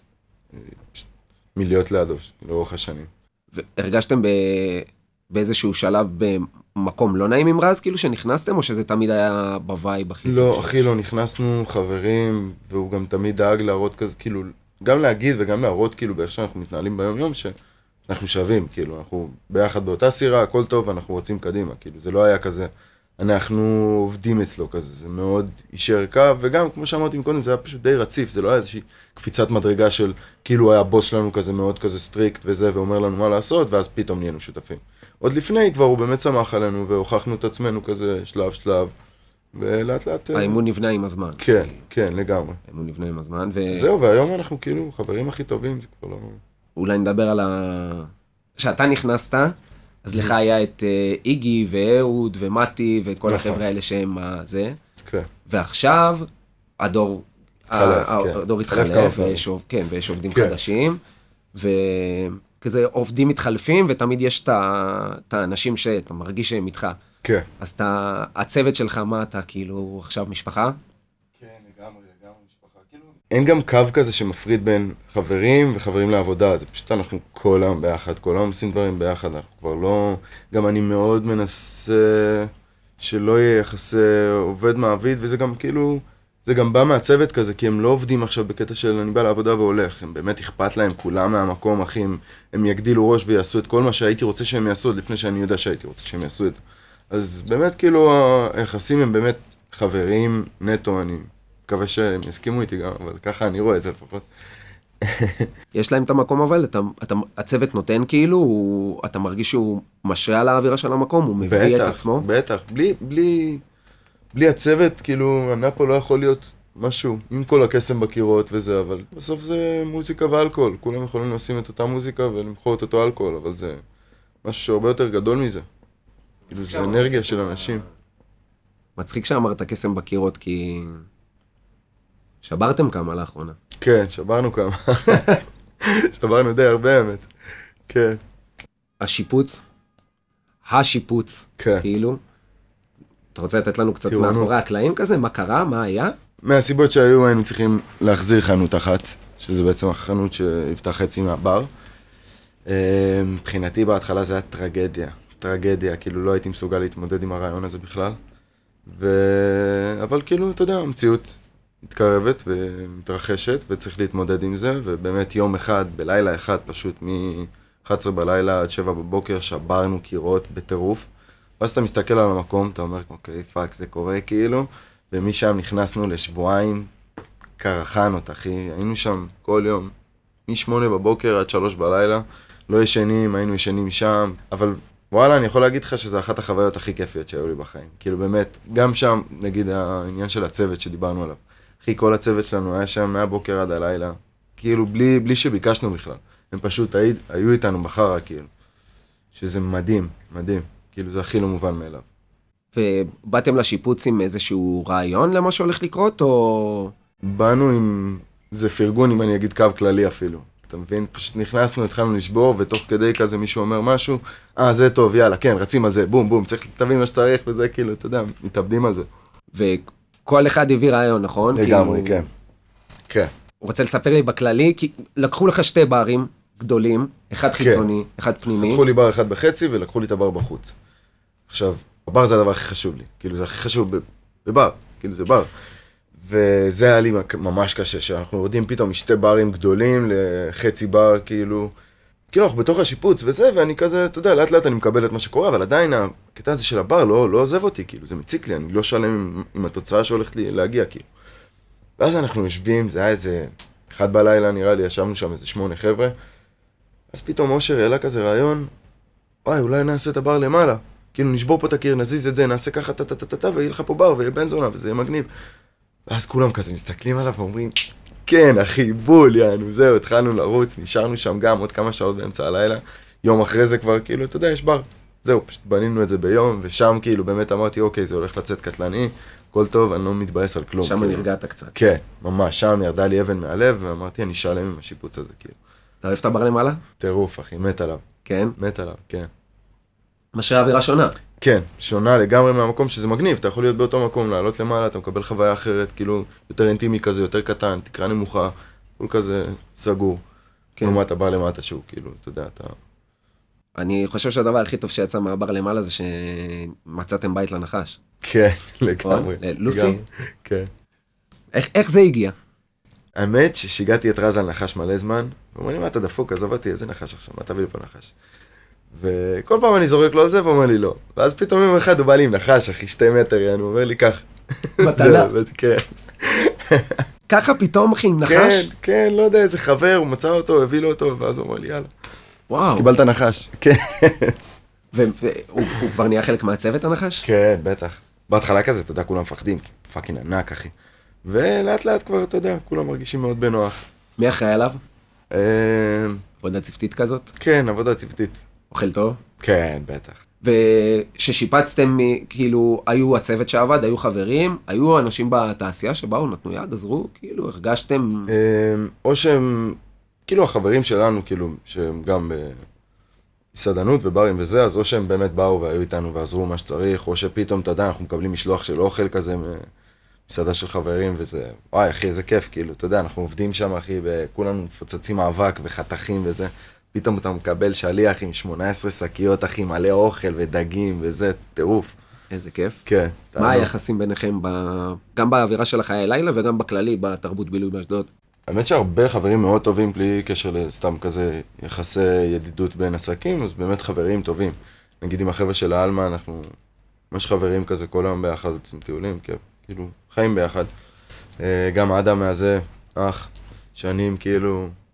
Speaker 2: מלהיות לידו, לאורך השנים.
Speaker 1: והרגשתם ב... באיזשהו שלב במקום לא נעים עם רז, כאילו שנכנסתם, או שזה תמיד היה בווייב הכי טוב?
Speaker 2: לא, אחי, לא, נכנסנו חברים, והוא גם תמיד דאג להראות כזה, כאילו, גם להגיד וגם להראות, כאילו, באיך שאנחנו מתנהלים ביום יום, שאנחנו שווים, כאילו, אנחנו ביחד באותה סירה, הכל טוב, ואנחנו רוצים קדימה, כאילו, זה לא היה כזה... אנחנו עובדים אצלו כזה, זה מאוד אישר קו, וגם, כמו שאמרתי מקודם, זה היה פשוט די רציף, זה לא היה איזושהי קפיצת מדרגה של, כאילו היה בוס שלנו כזה מאוד כזה סטריקט וזה, ואומר לנו מה לעשות, ואז פתאום נהיינו שותפים. עוד לפני כבר הוא באמת שמח עלינו, והוכחנו את עצמנו כזה שלב שלב, ולאט לאט...
Speaker 1: האמון נבנה עם הזמן.
Speaker 2: כן, כן, לגמרי.
Speaker 1: האמון נבנה עם הזמן, ו...
Speaker 2: זהו, והיום אנחנו כאילו חברים הכי טובים, זה כבר לא...
Speaker 1: אולי נדבר על ה... שאתה נכנסת, אז לך היה את איגי ואהוד ומתי ואת כל החבר'ה האלה שהם זה. כן. ועכשיו הדור הדור התחלף, כן, ויש עובדים חדשים, וכזה עובדים מתחלפים, ותמיד יש את האנשים שאתה מרגיש שהם איתך. כן. אז הצוות שלך, מה אתה, כאילו, עכשיו משפחה?
Speaker 2: כן, לגמרי, לגמרי משפחה. כאילו... אין גם קו כזה שמפריד בין חברים וחברים לעבודה, זה פשוט אנחנו כל היום ביחד, כל היום עושים דברים ביחד, אנחנו כבר לא... גם אני מאוד מנסה שלא יהיה יחסי עובד מעביד, וזה גם כאילו... זה גם בא מהצוות כזה, כי הם לא עובדים עכשיו בקטע של אני בא לעבודה והולך, הם באמת אכפת להם כולם מהמקום, אחי, הם, הם יגדילו ראש ויעשו את כל מה שהייתי רוצה שהם יעשו, עוד לפני שאני יודע שהייתי רוצה שהם יעשו את זה. אז באמת כאילו היחסים הם באמת חברים נטו, אני מקווה שהם יסכימו איתי גם, אבל ככה אני רואה את זה לפחות.
Speaker 1: יש להם את המקום אבל, אתה, אתה, הצוות נותן כאילו, הוא, אתה מרגיש שהוא משרה על האווירה של המקום, הוא מביא
Speaker 2: בטח,
Speaker 1: את עצמו.
Speaker 2: בטח, בלי, בלי, בלי הצוות, כאילו, הנאפו לא יכול להיות משהו, עם כל הקסם בקירות וזה, אבל בסוף זה מוזיקה ואלכוהול, כולם יכולים לשים את אותה מוזיקה ולמחור את אותו אלכוהול, אבל זה משהו שהרבה יותר גדול מזה. כאילו, זה אנרגיה של אנשים.
Speaker 1: מצחיק שאמרת קסם בקירות, כי שברתם כמה לאחרונה.
Speaker 2: כן, שברנו כמה. שברנו די הרבה, האמת. כן.
Speaker 1: השיפוץ, השיפוץ,
Speaker 2: כן.
Speaker 1: כאילו, אתה רוצה לתת לנו קצת
Speaker 2: טירונות.
Speaker 1: מאחורי הקלעים כזה? מה קרה? מה היה?
Speaker 2: מהסיבות שהיו, היינו צריכים להחזיר חנות אחת, שזה בעצם החנות שיפתח חצי מהבר. אה, מבחינתי בהתחלה זה היה טרגדיה, טרגדיה, כאילו לא הייתי מסוגל להתמודד עם הרעיון הזה בכלל. ו... אבל כאילו, אתה יודע, המציאות מתקרבת ומתרחשת, וצריך להתמודד עם זה, ובאמת יום אחד, בלילה אחד, פשוט מ-אחת עשרה בלילה עד שבע בבוקר, שברנו קירות בטירוף. ואז אתה מסתכל על המקום, אתה אומר, אוקיי, פאק, זה קורה כאילו, ומשם נכנסנו לשבועיים קרחנות, אחי. היינו שם כל יום, משמונה בבוקר עד שלוש בלילה, לא ישנים, היינו ישנים שם, אבל וואלה, אני יכול להגיד לך שזו אחת החוויות הכי כיפיות שהיו לי בחיים. כאילו באמת, גם שם, נגיד העניין של הצוות שדיברנו עליו. אחי, כל הצוות שלנו היה שם מהבוקר עד הלילה, כאילו בלי, בלי שביקשנו בכלל. הם פשוט היו, היו איתנו בחרה, כאילו. שזה מדהים, מדהים. כאילו זה הכי לא מובן מאליו.
Speaker 1: ובאתם לשיפוץ עם איזשהו רעיון למה שהולך לקרות, או...
Speaker 2: באנו עם... זה פרגון, אם אני אגיד קו כללי אפילו. אתה מבין? פשוט נכנסנו, התחלנו לשבור, ותוך כדי כזה מישהו אומר משהו, אה, זה טוב, יאללה, כן, רצים על זה, בום, בום, צריך להבין מה שצריך, וזה כאילו, אתה יודע, מתאבדים על זה.
Speaker 1: וכל אחד הביא רעיון, נכון?
Speaker 2: לגמרי, כן. כן.
Speaker 1: הוא רוצה לספר לי בכללי, כי לקחו לך שתי ברים גדולים, אחד חיצוני, אחד פנימי.
Speaker 2: לקחו לי בר אחד בחצי, ולקחו לי את הבר בחוץ. עכשיו, הבר זה הדבר הכי חשוב לי, כאילו, זה הכי חשוב בבר, כאילו, זה בר. וזה היה לי ממש קשה, שאנחנו יורדים פתאום משתי ברים גדולים לחצי בר, כאילו, כאילו אנחנו בתוך השיפוץ וזה, ואני כזה, אתה יודע, לאט לאט אני מקבל את מה שקורה, אבל עדיין הקטע הזה של הבר לא, לא עוזב אותי, כאילו, זה מציק לי, אני לא שלם עם, עם התוצאה שהולכת לי להגיע, כאילו. ואז אנחנו יושבים, זה היה איזה, אחד בלילה נראה לי, ישבנו שם איזה שמונה חבר'ה, אז פתאום אושר העלה כזה רעיון, וואי, אולי נעשה את הבר למעלה, כאילו נשבור פה את הקיר, נזיז את זה, נעשה ככה, טה-טה-טה-טה, ויהיה לך פה בר, ויהיה בן זונה, וזה יהיה מגניב. ואז כולם כזה מסתכלים עליו ואומרים, כן, אחי, בול, יענו, זהו, התחלנו לרוץ, נשארנו שם גם עוד כמה שעות באמצע הלילה. יום אחרי זה כבר, כאילו, אתה יודע, יש בר. זהו, פשוט בנינו את זה ביום, ושם כאילו באמת אמרתי, אוקיי, זה הולך לצאת קטלני, הכל טוב, אני לא מתבאס על כלום.
Speaker 1: שם
Speaker 2: כאילו.
Speaker 1: נרגעת קצת.
Speaker 2: כן, ממש, שם ירדה לי אבן מהלב, ואמרתי, אני שלם עם השיפוץ הזה, כאילו.
Speaker 1: אתה אוהב את הבר למעלה?
Speaker 2: טירוף, אחי, מת עליו.
Speaker 1: כן?
Speaker 2: מת עליו, כן.
Speaker 1: משרה אווירה שונה.
Speaker 2: כן, שונה לגמרי מהמקום שזה מגניב, אתה יכול להיות באותו מקום, לעלות למעלה, אתה מקבל חוויה אחרת, כאילו, יותר אינטימי כזה, יותר קטן, תקרה נמוכה, כל כזה סגור. כן. לעומת הבר למטה שהוא, כאילו, אתה יודע, אתה...
Speaker 1: אני חושב שהדבר הכי טוב שיצא מהבר למעלה זה שמצאתם בית לנחש.
Speaker 2: כן, לגמרי.
Speaker 1: לוסי?
Speaker 2: כן.
Speaker 1: איך, איך זה הגיע?
Speaker 2: האמת ששיגעתי את רז על נחש מלא זמן, ואומר לי, מה אתה דפוק, עזוב אותי, איזה נחש עכשיו, מה תביא לי פה נחש? וכל פעם אני זורק לו על זה, והוא אומר לי לא. ואז פתאום יום אחד הוא בא לי עם נחש, אחי, שתי מטר, יענו, הוא אומר לי, כך.
Speaker 1: מתנה.
Speaker 2: כן.
Speaker 1: ככה פתאום, אחי, עם נחש?
Speaker 2: כן, כן, לא יודע, איזה חבר, הוא מצא אותו, הביא לו אותו, ואז הוא אומר לי, יאללה.
Speaker 1: וואו.
Speaker 2: קיבלת נחש. כן.
Speaker 1: והוא כבר נהיה חלק מהצוות, הנחש?
Speaker 2: כן, בטח. בהתחלה כזה, אתה יודע, כולם מפחדים, פאקינג ענק, אחי. ולאט לאט כבר, אתה יודע, כולם מרגישים מאוד בנוח.
Speaker 1: מי אחראי עליו?
Speaker 2: אה...
Speaker 1: עבודה צוותית כזאת?
Speaker 2: כן, עבודה צוותית.
Speaker 1: אוכל טוב?
Speaker 2: כן, בטח.
Speaker 1: וששיפצתם, כאילו, היו הצוות שעבד, היו חברים, היו אנשים בתעשייה שבאו, נתנו יד, עזרו, כאילו, הרגשתם...
Speaker 2: או שהם, כאילו, החברים שלנו, כאילו, שהם גם במסעדנות וברים וזה, אז או שהם באמת באו והיו איתנו ועזרו מה שצריך, או שפתאום, אתה יודע, אנחנו מקבלים משלוח של אוכל כזה, מסעדה של חברים, וזה, וואי, אחי, איזה כיף, כאילו, אתה יודע, אנחנו עובדים שם, אחי, וכולנו מפוצצים מאבק וחתכים וזה. פתאום אתה מקבל שליח עם שמונה עשרה שקיות, אחי, מלא אוכל ודגים וזה, טירוף.
Speaker 1: איזה כיף.
Speaker 2: כן.
Speaker 1: מה היחסים ביניכם, גם באווירה של החיי לילה וגם בכללי, בתרבות בילוי באשדוד?
Speaker 2: האמת שהרבה חברים מאוד טובים, בלי קשר לסתם כזה יחסי ידידות בין עסקים, אז באמת חברים טובים. נגיד עם החבר'ה של האלמה, אנחנו ממש חברים כזה כל היום ביחד, עושים טיולים, כאילו, חיים ביחד. גם אדם מהזה, אח, שנים כאילו...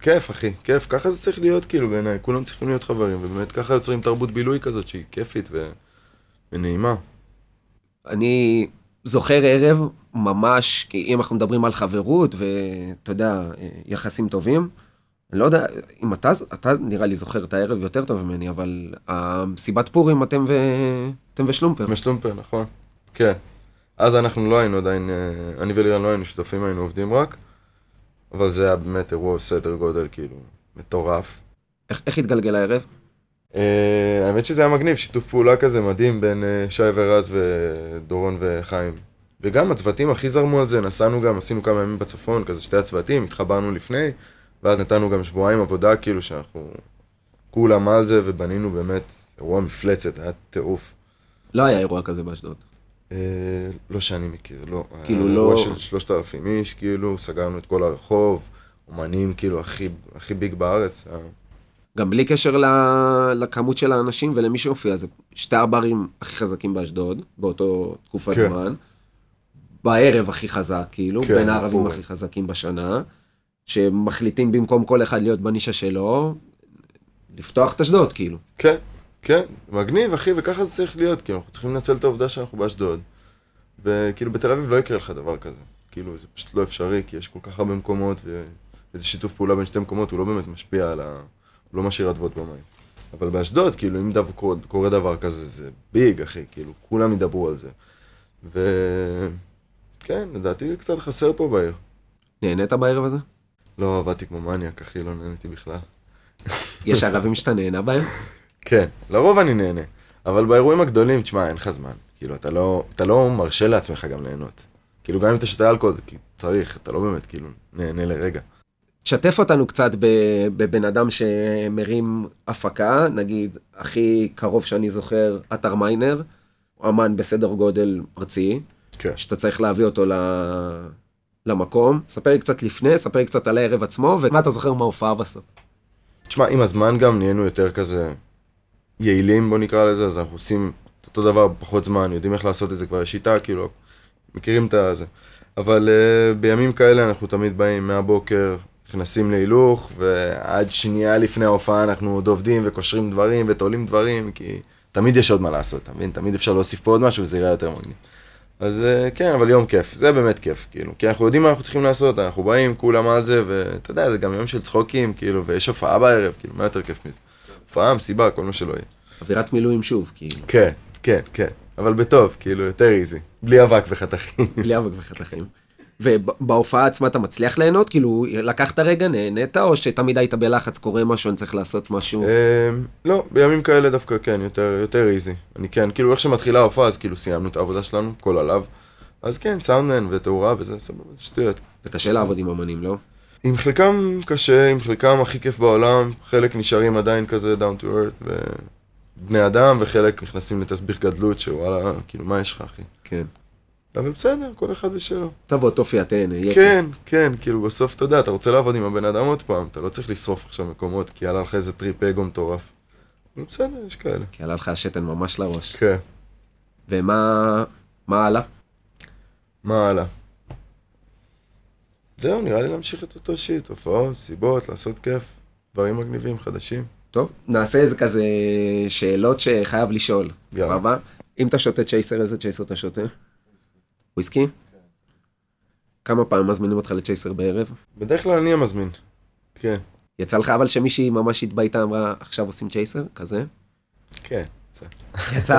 Speaker 2: כיף, אחי, כיף. ככה זה צריך להיות, כאילו, בעיניי. כולם צריכים להיות חברים, ובאמת ככה יוצרים תרבות בילוי כזאת, שהיא כיפית ו... ונעימה.
Speaker 1: אני זוכר ערב ממש, כי אם אנחנו מדברים על חברות, ואתה יודע, יחסים טובים, אני לא יודע, אם אתה, אתה נראה לי זוכר את הערב יותר טוב ממני, אבל המסיבת פורים אתם ו... אתם ושלומפר.
Speaker 2: משלומפר, נכון. כן. אז אנחנו לא היינו עדיין, אני ולירן לא היינו שותפים, היינו עובדים רק, אבל זה היה באמת אירוע סדר גודל, כאילו, מטורף.
Speaker 1: איך, איך התגלגל הערב?
Speaker 2: Uh, האמת שזה היה מגניב, שיתוף פעולה כזה מדהים בין uh, שי ורז ודורון וחיים. וגם הצוותים הכי זרמו על זה, נסענו גם, עשינו כמה ימים בצפון, כזה שתי הצוותים, התחברנו לפני, ואז נתנו גם שבועיים עבודה, כאילו שאנחנו כולם על זה, ובנינו באמת אירוע מפלצת, היה טירוף.
Speaker 1: לא היה אירוע כזה באשדוד.
Speaker 2: Uh, לא שאני מכיר, לא.
Speaker 1: כאילו
Speaker 2: היה
Speaker 1: לא...
Speaker 2: אירוע של שלושת אלפים איש, כאילו, סגרנו את כל הרחוב, אומנים כאילו הכי, הכי ביג בארץ.
Speaker 1: גם בלי קשר לכמות של האנשים ולמי שהופיע, זה שתי הברים הכי חזקים באשדוד, באותו תקופת
Speaker 2: כן.
Speaker 1: זמן, בערב הכי חזק, כאילו,
Speaker 2: כן,
Speaker 1: בין הערבים
Speaker 2: ברור.
Speaker 1: הכי חזקים בשנה, שמחליטים במקום כל אחד להיות בנישה שלו, לפתוח את אשדוד, כאילו.
Speaker 2: כן, כן, מגניב, אחי, וככה זה צריך להיות, כי אנחנו צריכים לנצל את העובדה שאנחנו באשדוד, וכאילו בתל אביב לא יקרה לך דבר כזה, כאילו זה פשוט לא אפשרי, כי יש כל כך הרבה מקומות, ואיזה שיתוף פעולה בין שתי מקומות, הוא לא באמת משפיע על ה... הוא לא משאיר עדבות במים. אבל באשדוד, כאילו, אם דבר, קורה דבר כזה, זה ביג, אחי, כאילו, כולם ידברו על זה. וכן, לדעתי זה קצת חסר פה בעיר.
Speaker 1: נהנית בערב הזה?
Speaker 2: לא, עבדתי כמו מניאק, אחי, לא נהניתי בכלל.
Speaker 1: יש ערבים שאתה נהנה בהם?
Speaker 2: כן, לרוב אני נהנה. אבל באירועים הגדולים, תשמע, אין לך זמן. כאילו, אתה לא, אתה לא מרשה לעצמך גם ליהנות. כאילו, גם אם אתה שותה אלכוהול, כי צריך, אתה לא באמת, כאילו, נהנה לרגע.
Speaker 1: תשתף אותנו קצת בבן אדם שמרים הפקה, נגיד, הכי קרוב שאני זוכר, אתר מיינר, הוא אמן בסדר גודל ארצי,
Speaker 2: כן.
Speaker 1: שאתה צריך להביא אותו למקום. ספר לי קצת לפני, ספר לי קצת על הערב עצמו, ומה אתה זוכר מההופעה בסוף?
Speaker 2: תשמע, עם הזמן גם נהיינו יותר כזה יעילים, בוא נקרא לזה, אז אנחנו עושים אותו דבר בפחות זמן, יודעים איך לעשות את זה כבר שיטה, כאילו, מכירים את זה. אבל uh, בימים כאלה אנחנו תמיד באים מהבוקר, נכנסים להילוך, ועד שנייה לפני ההופעה אנחנו עוד עובדים וקושרים דברים ותולים דברים, כי תמיד יש עוד מה לעשות, תמיד, תמיד אפשר להוסיף פה עוד משהו וזה יראה יותר מגניב. אז כן, אבל יום כיף, זה באמת כיף, כאילו, כי אנחנו יודעים מה אנחנו צריכים לעשות, אנחנו באים כולם על זה, ואתה יודע, זה גם יום של צחוקים, כאילו, ויש הופעה בערב, כאילו, מה יותר כיף מזה? הופעה, מסיבה, כל מה שלא יהיה.
Speaker 1: אווירת מילואים שוב, כאילו.
Speaker 2: כן, כן, כן, אבל בטוב, כאילו, יותר איזי, בלי אבק וחתכים.
Speaker 1: בלי אבק וחתכים. ובהופעה עצמה אתה מצליח ליהנות? כאילו, לקחת רגע, נהנית, או שתמיד היית בלחץ, קורה משהו, אני צריך לעשות משהו?
Speaker 2: לא, בימים כאלה דווקא כן, יותר איזי. אני כן, כאילו, איך שמתחילה ההופעה, אז כאילו סיימנו את העבודה שלנו, כל עליו. אז כן, סאונדמן ותאורה וזה, סבבה, זה שטויות.
Speaker 1: זה קשה לעבוד עם אמנים, לא?
Speaker 2: עם חלקם קשה, עם חלקם הכי כיף בעולם, חלק נשארים עדיין כזה down to earth, ובני אדם, וחלק נכנסים לתסביך גדלות, שוואלה, כאילו, מה יש לך, אחי?
Speaker 1: כן.
Speaker 2: אבל בסדר, כל אחד ושלו.
Speaker 1: תבוא, תופי, תהנה.
Speaker 2: כן, כן, כאילו בסוף אתה יודע, אתה רוצה לעבוד עם הבן אדם עוד פעם, אתה לא צריך לשרוף עכשיו מקומות, כי עלה לך איזה טריפ אגו מטורף. אבל בסדר, יש כאלה.
Speaker 1: כי עלה לך השתן ממש לראש.
Speaker 2: כן.
Speaker 1: ומה, מה עלה?
Speaker 2: מה עלה? זהו, נראה לי להמשיך את אותו שיט, הופעות, סיבות, לעשות כיף, דברים מגניבים, חדשים.
Speaker 1: טוב, נעשה איזה כזה שאלות שחייב לשאול.
Speaker 2: יאללה.
Speaker 1: אם אתה שותה צ'ייסר, איזה צ'ייסר אתה שותה? וויסקי? כמה פעמים מזמינים אותך לצ'ייסר בערב?
Speaker 2: בדרך כלל אני המזמין, כן.
Speaker 1: יצא לך אבל שמישהי ממש התבייתה אמרה, עכשיו עושים צ'ייסר? כזה?
Speaker 2: כן, יצא.
Speaker 1: יצא?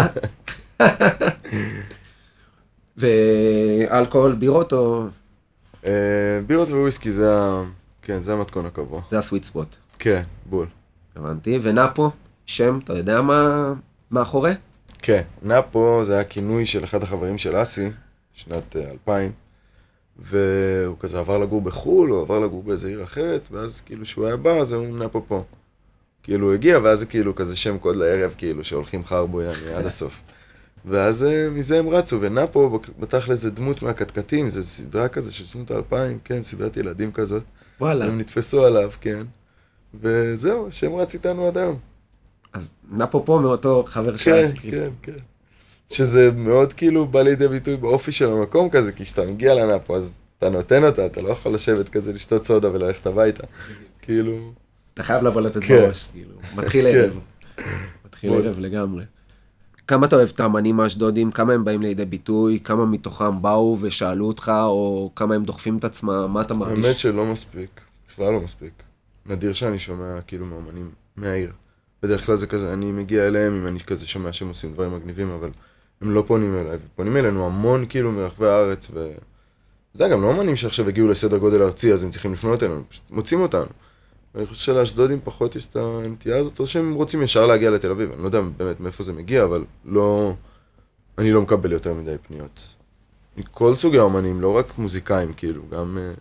Speaker 1: ואלכוהול, בירות או...
Speaker 2: בירות וויסקי זה ה... כן, זה המתכון הקבוע.
Speaker 1: זה הסוויט ספוט.
Speaker 2: כן, בול.
Speaker 1: הבנתי, ונאפו, שם, אתה יודע מה מאחורי?
Speaker 2: כן, נאפו זה היה כינוי של אחד החברים של אסי, שנת אלפיים, והוא כזה עבר לגור בחול, הוא עבר לגור באיזה עיר אחרת, ואז כאילו שהוא היה בא, אז הוא נאפו פה. כאילו הוא הגיע, ואז זה כאילו כזה שם קוד לערב, כאילו שהולכים חרבו יעני עד הסוף. ואז מזה הם רצו, ונאפו בתכל'ס זה דמות מהקטקטים, זה סדרה כזה של שנות האלפיים, כן, סדרת ילדים כזאת.
Speaker 1: וואלה.
Speaker 2: הם נתפסו עליו, כן. וזהו, שם רץ איתנו עד היום.
Speaker 1: אז נאפו פה מאותו חבר של אסי קריסטו.
Speaker 2: כן, כן, כן. שזה מאוד כאילו בא לידי ביטוי באופי של המקום כזה, כי כשאתה מגיע לנאפו, אז אתה נותן אותה, אתה לא יכול לשבת כזה לשתות סודה וללכת הביתה. כאילו...
Speaker 1: אתה חייב לבוא לתת
Speaker 2: כן.
Speaker 1: בראש, כאילו, מתחיל
Speaker 2: כן.
Speaker 1: ערב. מתחיל ערב לגמרי. כמה אתה אוהב את האמנים האשדודים, כמה הם באים לידי ביטוי, כמה מתוכם באו ושאלו אותך, או כמה הם דוחפים את עצמם, מה אתה מרגיש?
Speaker 2: האמת שלא מספיק, בכלל לא מספיק. נדיר שאני שומע כאילו מאמנים מהעיר. בדרך כלל זה כזה, אני מגיע אליהם אם אני כזה שומע שהם עושים דברים מגניבים, אבל הם לא פונים אליי. פונים אלינו המון כאילו מרחבי הארץ, ו... אתה יודע, גם לא אמנים שעכשיו הגיעו לסדר גודל ארצי, אז הם צריכים לפנות אלינו, פשוט מוצאים אותנו. ואני חושב שלאשדודים פחות יש את הנטייה הזאת, או שהם רוצים ישר להגיע לתל אביב. אני לא יודע באמת מאיפה זה מגיע, אבל לא... אני לא מקבל יותר מדי פניות. כל סוגי האמנים, לא רק מוזיקאים, כאילו, גם uh,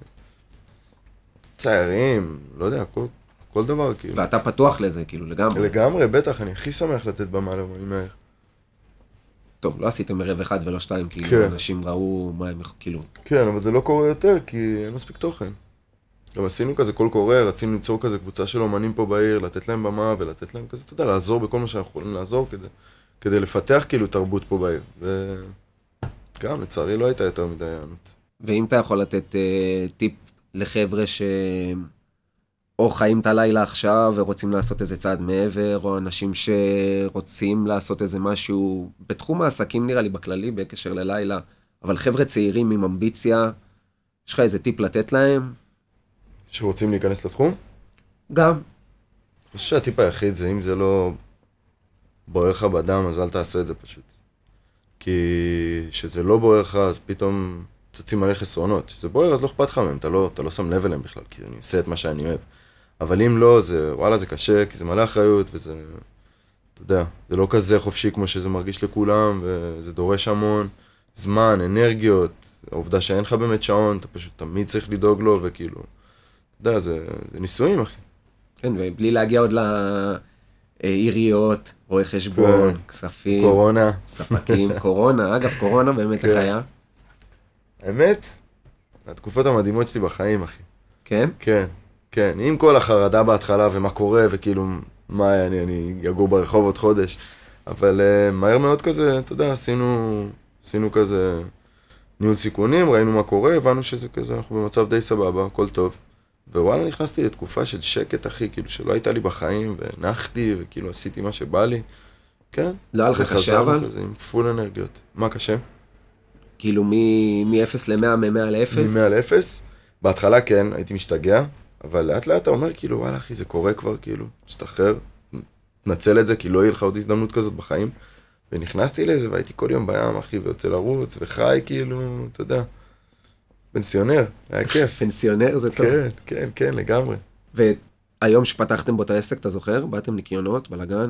Speaker 2: ציירים, לא יודע, כל, כל דבר, כאילו.
Speaker 1: ואתה פתוח לזה, כאילו, לגמרי.
Speaker 2: לגמרי, בטח, אני הכי שמח לתת במה לאמנים מהעיר.
Speaker 1: טוב, לא עשיתם ערב אחד ולא שתיים, כאילו,
Speaker 2: כן.
Speaker 1: אנשים ראו מה הם, כאילו...
Speaker 2: כן, אבל זה לא קורה יותר, כי אין מספיק תוכן. גם עשינו כזה קול קורא, רצינו ליצור כזה קבוצה של אומנים פה בעיר, לתת להם במה ולתת להם כזה, אתה יודע, לעזור בכל מה שאנחנו יכולים לעזור כדי, כדי לפתח כאילו תרבות פה בעיר. וגם, לצערי לא הייתה יותר מדי הענות.
Speaker 1: ואם אתה יכול לתת uh, טיפ לחבר'ה ש... או חיים את הלילה עכשיו ורוצים לעשות איזה צעד מעבר, או אנשים שרוצים לעשות איזה משהו בתחום העסקים נראה לי בכללי, בקשר ללילה, אבל חבר'ה צעירים עם אמביציה, יש לך איזה טיפ לתת להם?
Speaker 2: שרוצים להיכנס לתחום?
Speaker 1: גם.
Speaker 2: אני חושב שהטיפ היחיד זה אם זה לא בוער לך בדם, אז אל תעשה את זה פשוט. כי שזה לא בוער לך, אז פתאום צצים עלי חסרונות. שזה בוער, אז לא אכפת לך מהם, אתה לא, אתה לא שם לב אליהם בכלל, כי אני עושה את מה שאני אוהב. אבל אם לא, זה, וואלה, זה קשה, כי זה מלא אחריות, וזה, אתה יודע, זה לא כזה חופשי כמו שזה מרגיש לכולם, וזה דורש המון זמן, אנרגיות, העובדה שאין לך באמת שעון, אתה פשוט תמיד צריך לדאוג לו, וכאילו, אתה יודע, זה, זה ניסויים, אחי.
Speaker 1: כן, ובלי להגיע עוד לעיריות, רואי חשבון,
Speaker 2: כן.
Speaker 1: כספים,
Speaker 2: קורונה.
Speaker 1: ספקים, קורונה, אגב, קורונה באמת
Speaker 2: כן.
Speaker 1: איך היה?
Speaker 2: האמת, התקופות המדהימות שלי בחיים, אחי.
Speaker 1: כן?
Speaker 2: כן, כן, עם כל החרדה בהתחלה ומה קורה, וכאילו, מה, אני, אני אגור ברחוב עוד חודש. אבל uh, מהר מאוד כזה, אתה יודע, עשינו, עשינו כזה ניהול סיכונים, ראינו מה קורה, הבנו שזה כזה, אנחנו במצב די סבבה, הכל טוב. ווואלה, נכנסתי לתקופה של שקט, אחי, כאילו שלא הייתה לי בחיים, ונחתי, וכאילו עשיתי מה שבא לי. כן.
Speaker 1: לא היה לך קשה אבל?
Speaker 2: כזה, עם פול אנרגיות. מה קשה?
Speaker 1: כאילו מ-אפס ל-מאה, מ-מאה ל-אפס?
Speaker 2: מ-מאה ל-אפס? בהתחלה כן, הייתי משתגע, אבל לאט לאט אתה אומר כאילו, וואלה אחי, זה קורה כבר, כאילו, תשתחרר, תנצל את זה, כי לא יהיה לך עוד הזדמנות כזאת בחיים. ונכנסתי לזה, והייתי כל יום בים, אחי, ויוצא לרוץ, וחי, כאילו, אתה יודע, פנסיונר, היה כיף.
Speaker 1: פנסיונר זה טוב.
Speaker 2: כן, כן, כן, לגמרי.
Speaker 1: והיום שפתחתם בו את העסק, אתה זוכר? באתם ניקיונות, בלגן?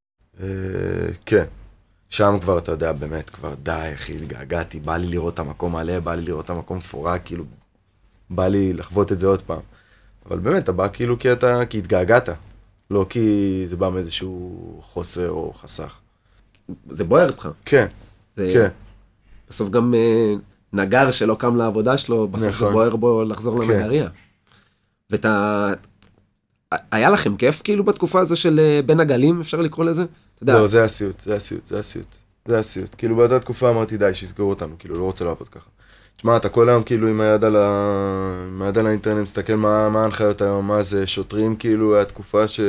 Speaker 2: כן. שם כבר, אתה יודע, באמת, כבר די, אחי, התגעגעתי, בא לי לראות את המקום מלא, בא לי לראות את המקום מפורק, כאילו, בא לי לחוות את זה עוד פעם. אבל באמת, אתה בא כאילו כי אתה, כי התגעגעת, לא כי זה בא מאיזשהו חוסר או חסך.
Speaker 1: זה בוער בך.
Speaker 2: כן,
Speaker 1: זה...
Speaker 2: כן.
Speaker 1: בסוף גם uh, נגר שלא קם לעבודה שלו, בסוף
Speaker 2: נכון.
Speaker 1: זה בוער בו לחזור
Speaker 2: כן.
Speaker 1: לנגריה. ואתה... היה לכם כיף כאילו בתקופה הזו של uh, בין הגלים, אפשר לקרוא לזה? אתה יודע...
Speaker 2: לא, זה הסיוט, זה הסיוט, זה הסיוט. זה הסיוט. כאילו באותה תקופה אמרתי די, שיסגרו אותנו, כאילו לא רוצה לעבוד ככה. תשמע, אתה כל היום כאילו עם היד על, ה... עם היד על האינטרנט, מסתכל מה, מה ההנחיות היום, מה זה, שוטרים כאילו, היה תקופה ש...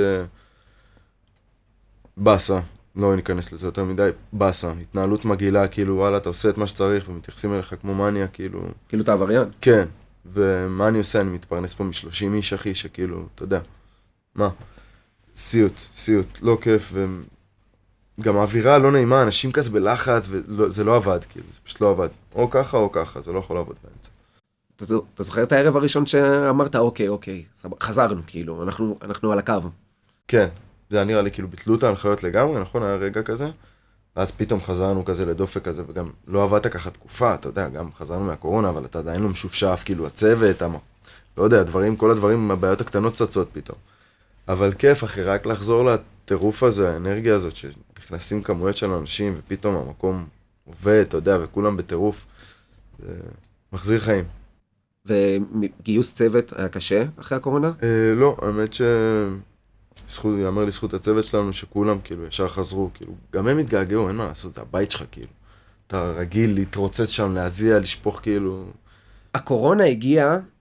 Speaker 2: בסה, לא ניכנס לזה יותר מדי, בסה, התנהלות מגעילה, כאילו, וואלה, אתה עושה את מה שצריך ומתייחסים אליך כמו מניה, כאילו... כאילו
Speaker 1: אתה עבריין?
Speaker 2: כן, ומה אני עושה? אני מתפרנס פה משלושים איש, אחי, שכאילו, אתה יודע, מה? סיוט, סיוט, לא כיף, וגם האווירה לא נעימה, אנשים כזה בלחץ, וזה לא עבד, כאילו, זה פשוט לא עבד. או ככה או ככה, זה לא יכול לעבוד באמצע.
Speaker 1: אתה זוכר את הערב הראשון שאמרת, אוקיי, אוקיי, חזרנו, כאילו, אנחנו, אנחנו על הקו.
Speaker 2: כן, זה נראה לי, כאילו, ביטלו את ההנחיות לגמרי, נכון, היה רגע כזה, ואז פתאום חזרנו כזה לדופק כזה, וגם לא עבדת ככה תקופה, אתה יודע, גם חזרנו מהקורונה, אבל אתה עדיין לא משופשף, כאילו, הצוות, המה, לא יודע, הדברים, כל הדברים, הבעיות הקטנות צצות פתאום. אבל כיף, אחי, רק לחזור לטירוף הזה, האנרגיה הזאת, שנכנסים כמויות של אנשים, ופתאום המקום עובד, אתה יודע, וכולם בטירוף, זה מחזיר חיים.
Speaker 1: וגיוס צוות היה קשה אחרי הקורונה?
Speaker 2: אה, לא, האמת ש... זכות, יאמר לי זכות הצוות שלנו שכולם כאילו ישר חזרו, כאילו, גם הם התגעגעו, אין מה לעשות, זה הבית שלך כאילו. אתה רגיל להתרוצץ שם, להזיע, לשפוך כאילו...
Speaker 1: הקורונה הגיעה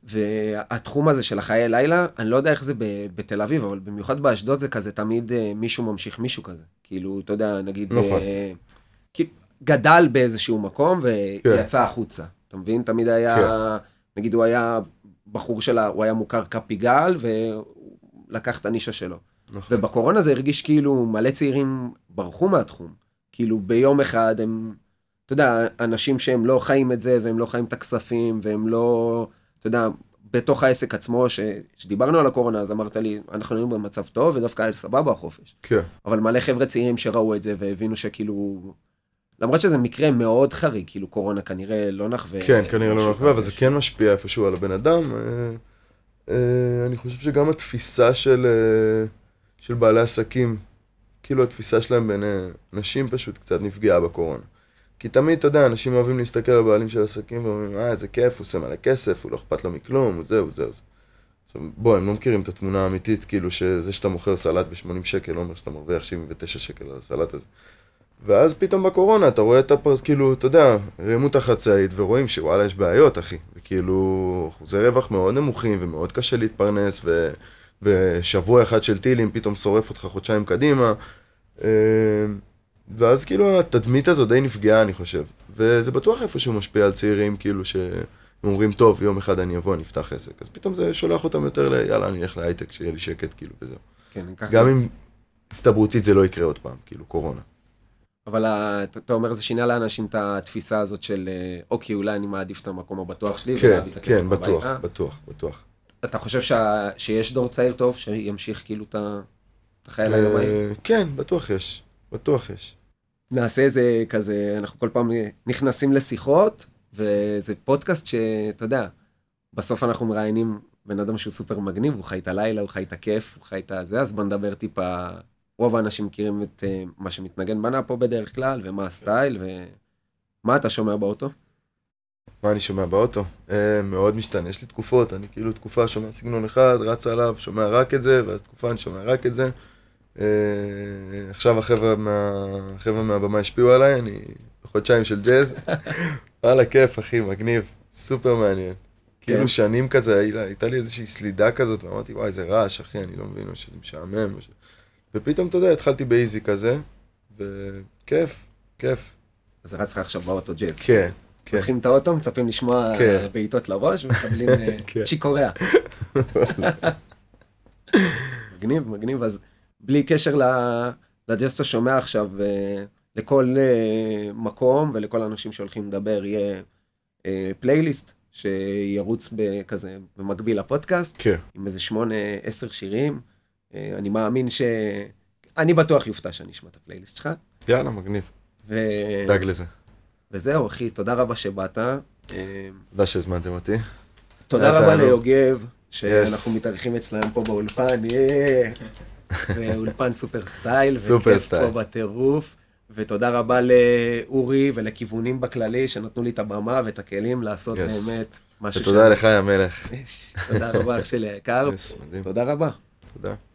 Speaker 1: והתחום הזה של החיי לילה, אני לא יודע איך זה בתל אביב, אבל במיוחד באשדוד זה כזה תמיד מישהו ממשיך מישהו כזה. כאילו, אתה יודע, נגיד,
Speaker 2: נכון.
Speaker 1: גדל באיזשהו מקום ויצא החוצה. אתה מבין? תמיד היה, נגיד, הוא היה בחור שלה, הוא היה מוכר כפיגל, ולקח את הנישה שלו. נכון. ובקורונה זה הרגיש כאילו מלא צעירים ברחו מהתחום. כאילו ביום אחד הם, אתה יודע, אנשים שהם לא חיים את זה, והם לא חיים את הכספים, והם לא, אתה יודע, בתוך העסק עצמו, ש, שדיברנו על הקורונה, אז אמרת לי, אנחנו היינו במצב טוב, ודווקא היה סבבה החופש.
Speaker 2: כן.
Speaker 1: אבל מלא חבר'ה צעירים שראו את זה, והבינו שכאילו, למרות שזה מקרה מאוד חריג, כאילו קורונה כנראה לא נחווה.
Speaker 2: כן, כנראה לא נחווה, אבל זה כן משפיע איפשהו על הבן אדם. אני חושב שגם התפיסה של, של בעלי עסקים, כאילו התפיסה שלהם בין אנשים פשוט קצת נפגעה בקורונה. כי תמיד, אתה יודע, אנשים אוהבים להסתכל על בעלים של עסקים ואומרים, אה, איזה כיף, הוא עושה מלא כסף, הוא לא אכפת לו מכלום, זהו, זהו, זהו. עכשיו, בוא, הם לא מכירים את התמונה האמיתית, כאילו שזה שאתה מוכר סלט ב-שמונים שקל, לא אומר שאתה מרוויח שבעים ותשעה שקל על הסלט הזה. ואז פתאום בקורונה, אתה רואה את הפרט, כאילו, אתה יודע, רימו את החצאית ורואים שוואלה, יש בעיות, אחי. וכאילו, אחוזי רווח מאוד נמוכים ומאוד קשה להתפרנס, ו... ושבוע אחד של טילים פתאום שורף אותך חודשיים קדימה. ואז כאילו התדמית הזו די נפגעה, אני חושב. וזה בטוח איפשהו משפיע על צעירים, כאילו שהם אומרים, טוב, יום אחד אני אבוא, אני אפתח עסק. אז פתאום זה שולח אותם יותר ל, יאללה, אני אלך להייטק, שיהיה לי שקט, כאילו, וזהו.
Speaker 1: כן,
Speaker 2: גם אם הסתברותית זה לא יקרה עוד פעם, כאילו, קורונה.
Speaker 1: אבל אתה אומר, זה שינה לאנשים את התפיסה הזאת של, אוקיי, אולי אני מעדיף את המקום הבטוח שלי,
Speaker 2: כן, כן, בטוח, בטוח, בטוח.
Speaker 1: אתה חושב שיש דור צעיר טוב שימשיך כאילו את החיי לילה?
Speaker 2: כן, בטוח יש. בטוח יש.
Speaker 1: נעשה איזה כזה, אנחנו כל פעם נכנסים לשיחות, וזה פודקאסט שאתה יודע, בסוף אנחנו מראיינים בן אדם שהוא סופר מגניב, הוא חי את הלילה, הוא חי את הכיף, הוא חי את הזה, אז בוא נדבר טיפה, רוב האנשים מכירים את מה שמתנגן בנה פה בדרך כלל, ומה הסטייל, ומה אתה שומע באוטו?
Speaker 2: מה אני שומע באוטו? אה, מאוד משתנה, יש לי תקופות, אני כאילו תקופה שומע סגנון אחד, רץ עליו, שומע רק את זה, ואז תקופה אני שומע רק את זה. עכשיו החבר'ה מהבמה השפיעו עליי, אני בחודשיים של ג'אז, וואלה כיף אחי, מגניב, סופר מעניין. כאילו שנים כזה, הייתה לי איזושהי סלידה כזאת, ואמרתי וואי זה רעש אחי, אני לא מבין, שזה משעמם. ופתאום אתה יודע, התחלתי באיזי כזה, וכיף, כיף.
Speaker 1: אז רץ לך עכשיו באוטו ג'אז.
Speaker 2: כן, כן.
Speaker 1: פותחים את האוטו, מצפים לשמוע בעיטות לראש, ומקבלים צ'יקוריה. מגניב, מגניב, אז... בלי קשר לג'אז שאתה שומע עכשיו, לכל מקום ולכל האנשים שהולכים לדבר, יהיה פלייליסט שירוץ כזה במקביל לפודקאסט,
Speaker 2: כן.
Speaker 1: עם איזה שמונה, עשר שירים. אני מאמין ש... אני בטוח יופתע שאני אשמע את הפלייליסט שלך.
Speaker 2: יאללה, מגניב.
Speaker 1: ו...
Speaker 2: דאג לזה.
Speaker 1: וזהו, אחי, תודה רבה שבאת.
Speaker 2: תודה שהזמנתם אותי.
Speaker 1: תודה רבה ליוגב, שאנחנו מתארחים אצלם פה באולפן. ואולפן סופר סטייל, וכיף פה בטירוף, ותודה רבה לאורי ולכיוונים בכללי שנתנו לי את הבמה ואת הכלים לעשות באמת משהו.
Speaker 2: ותודה לך, המלך.
Speaker 1: תודה רבה, אח שלי היקר. תודה רבה.
Speaker 2: תודה.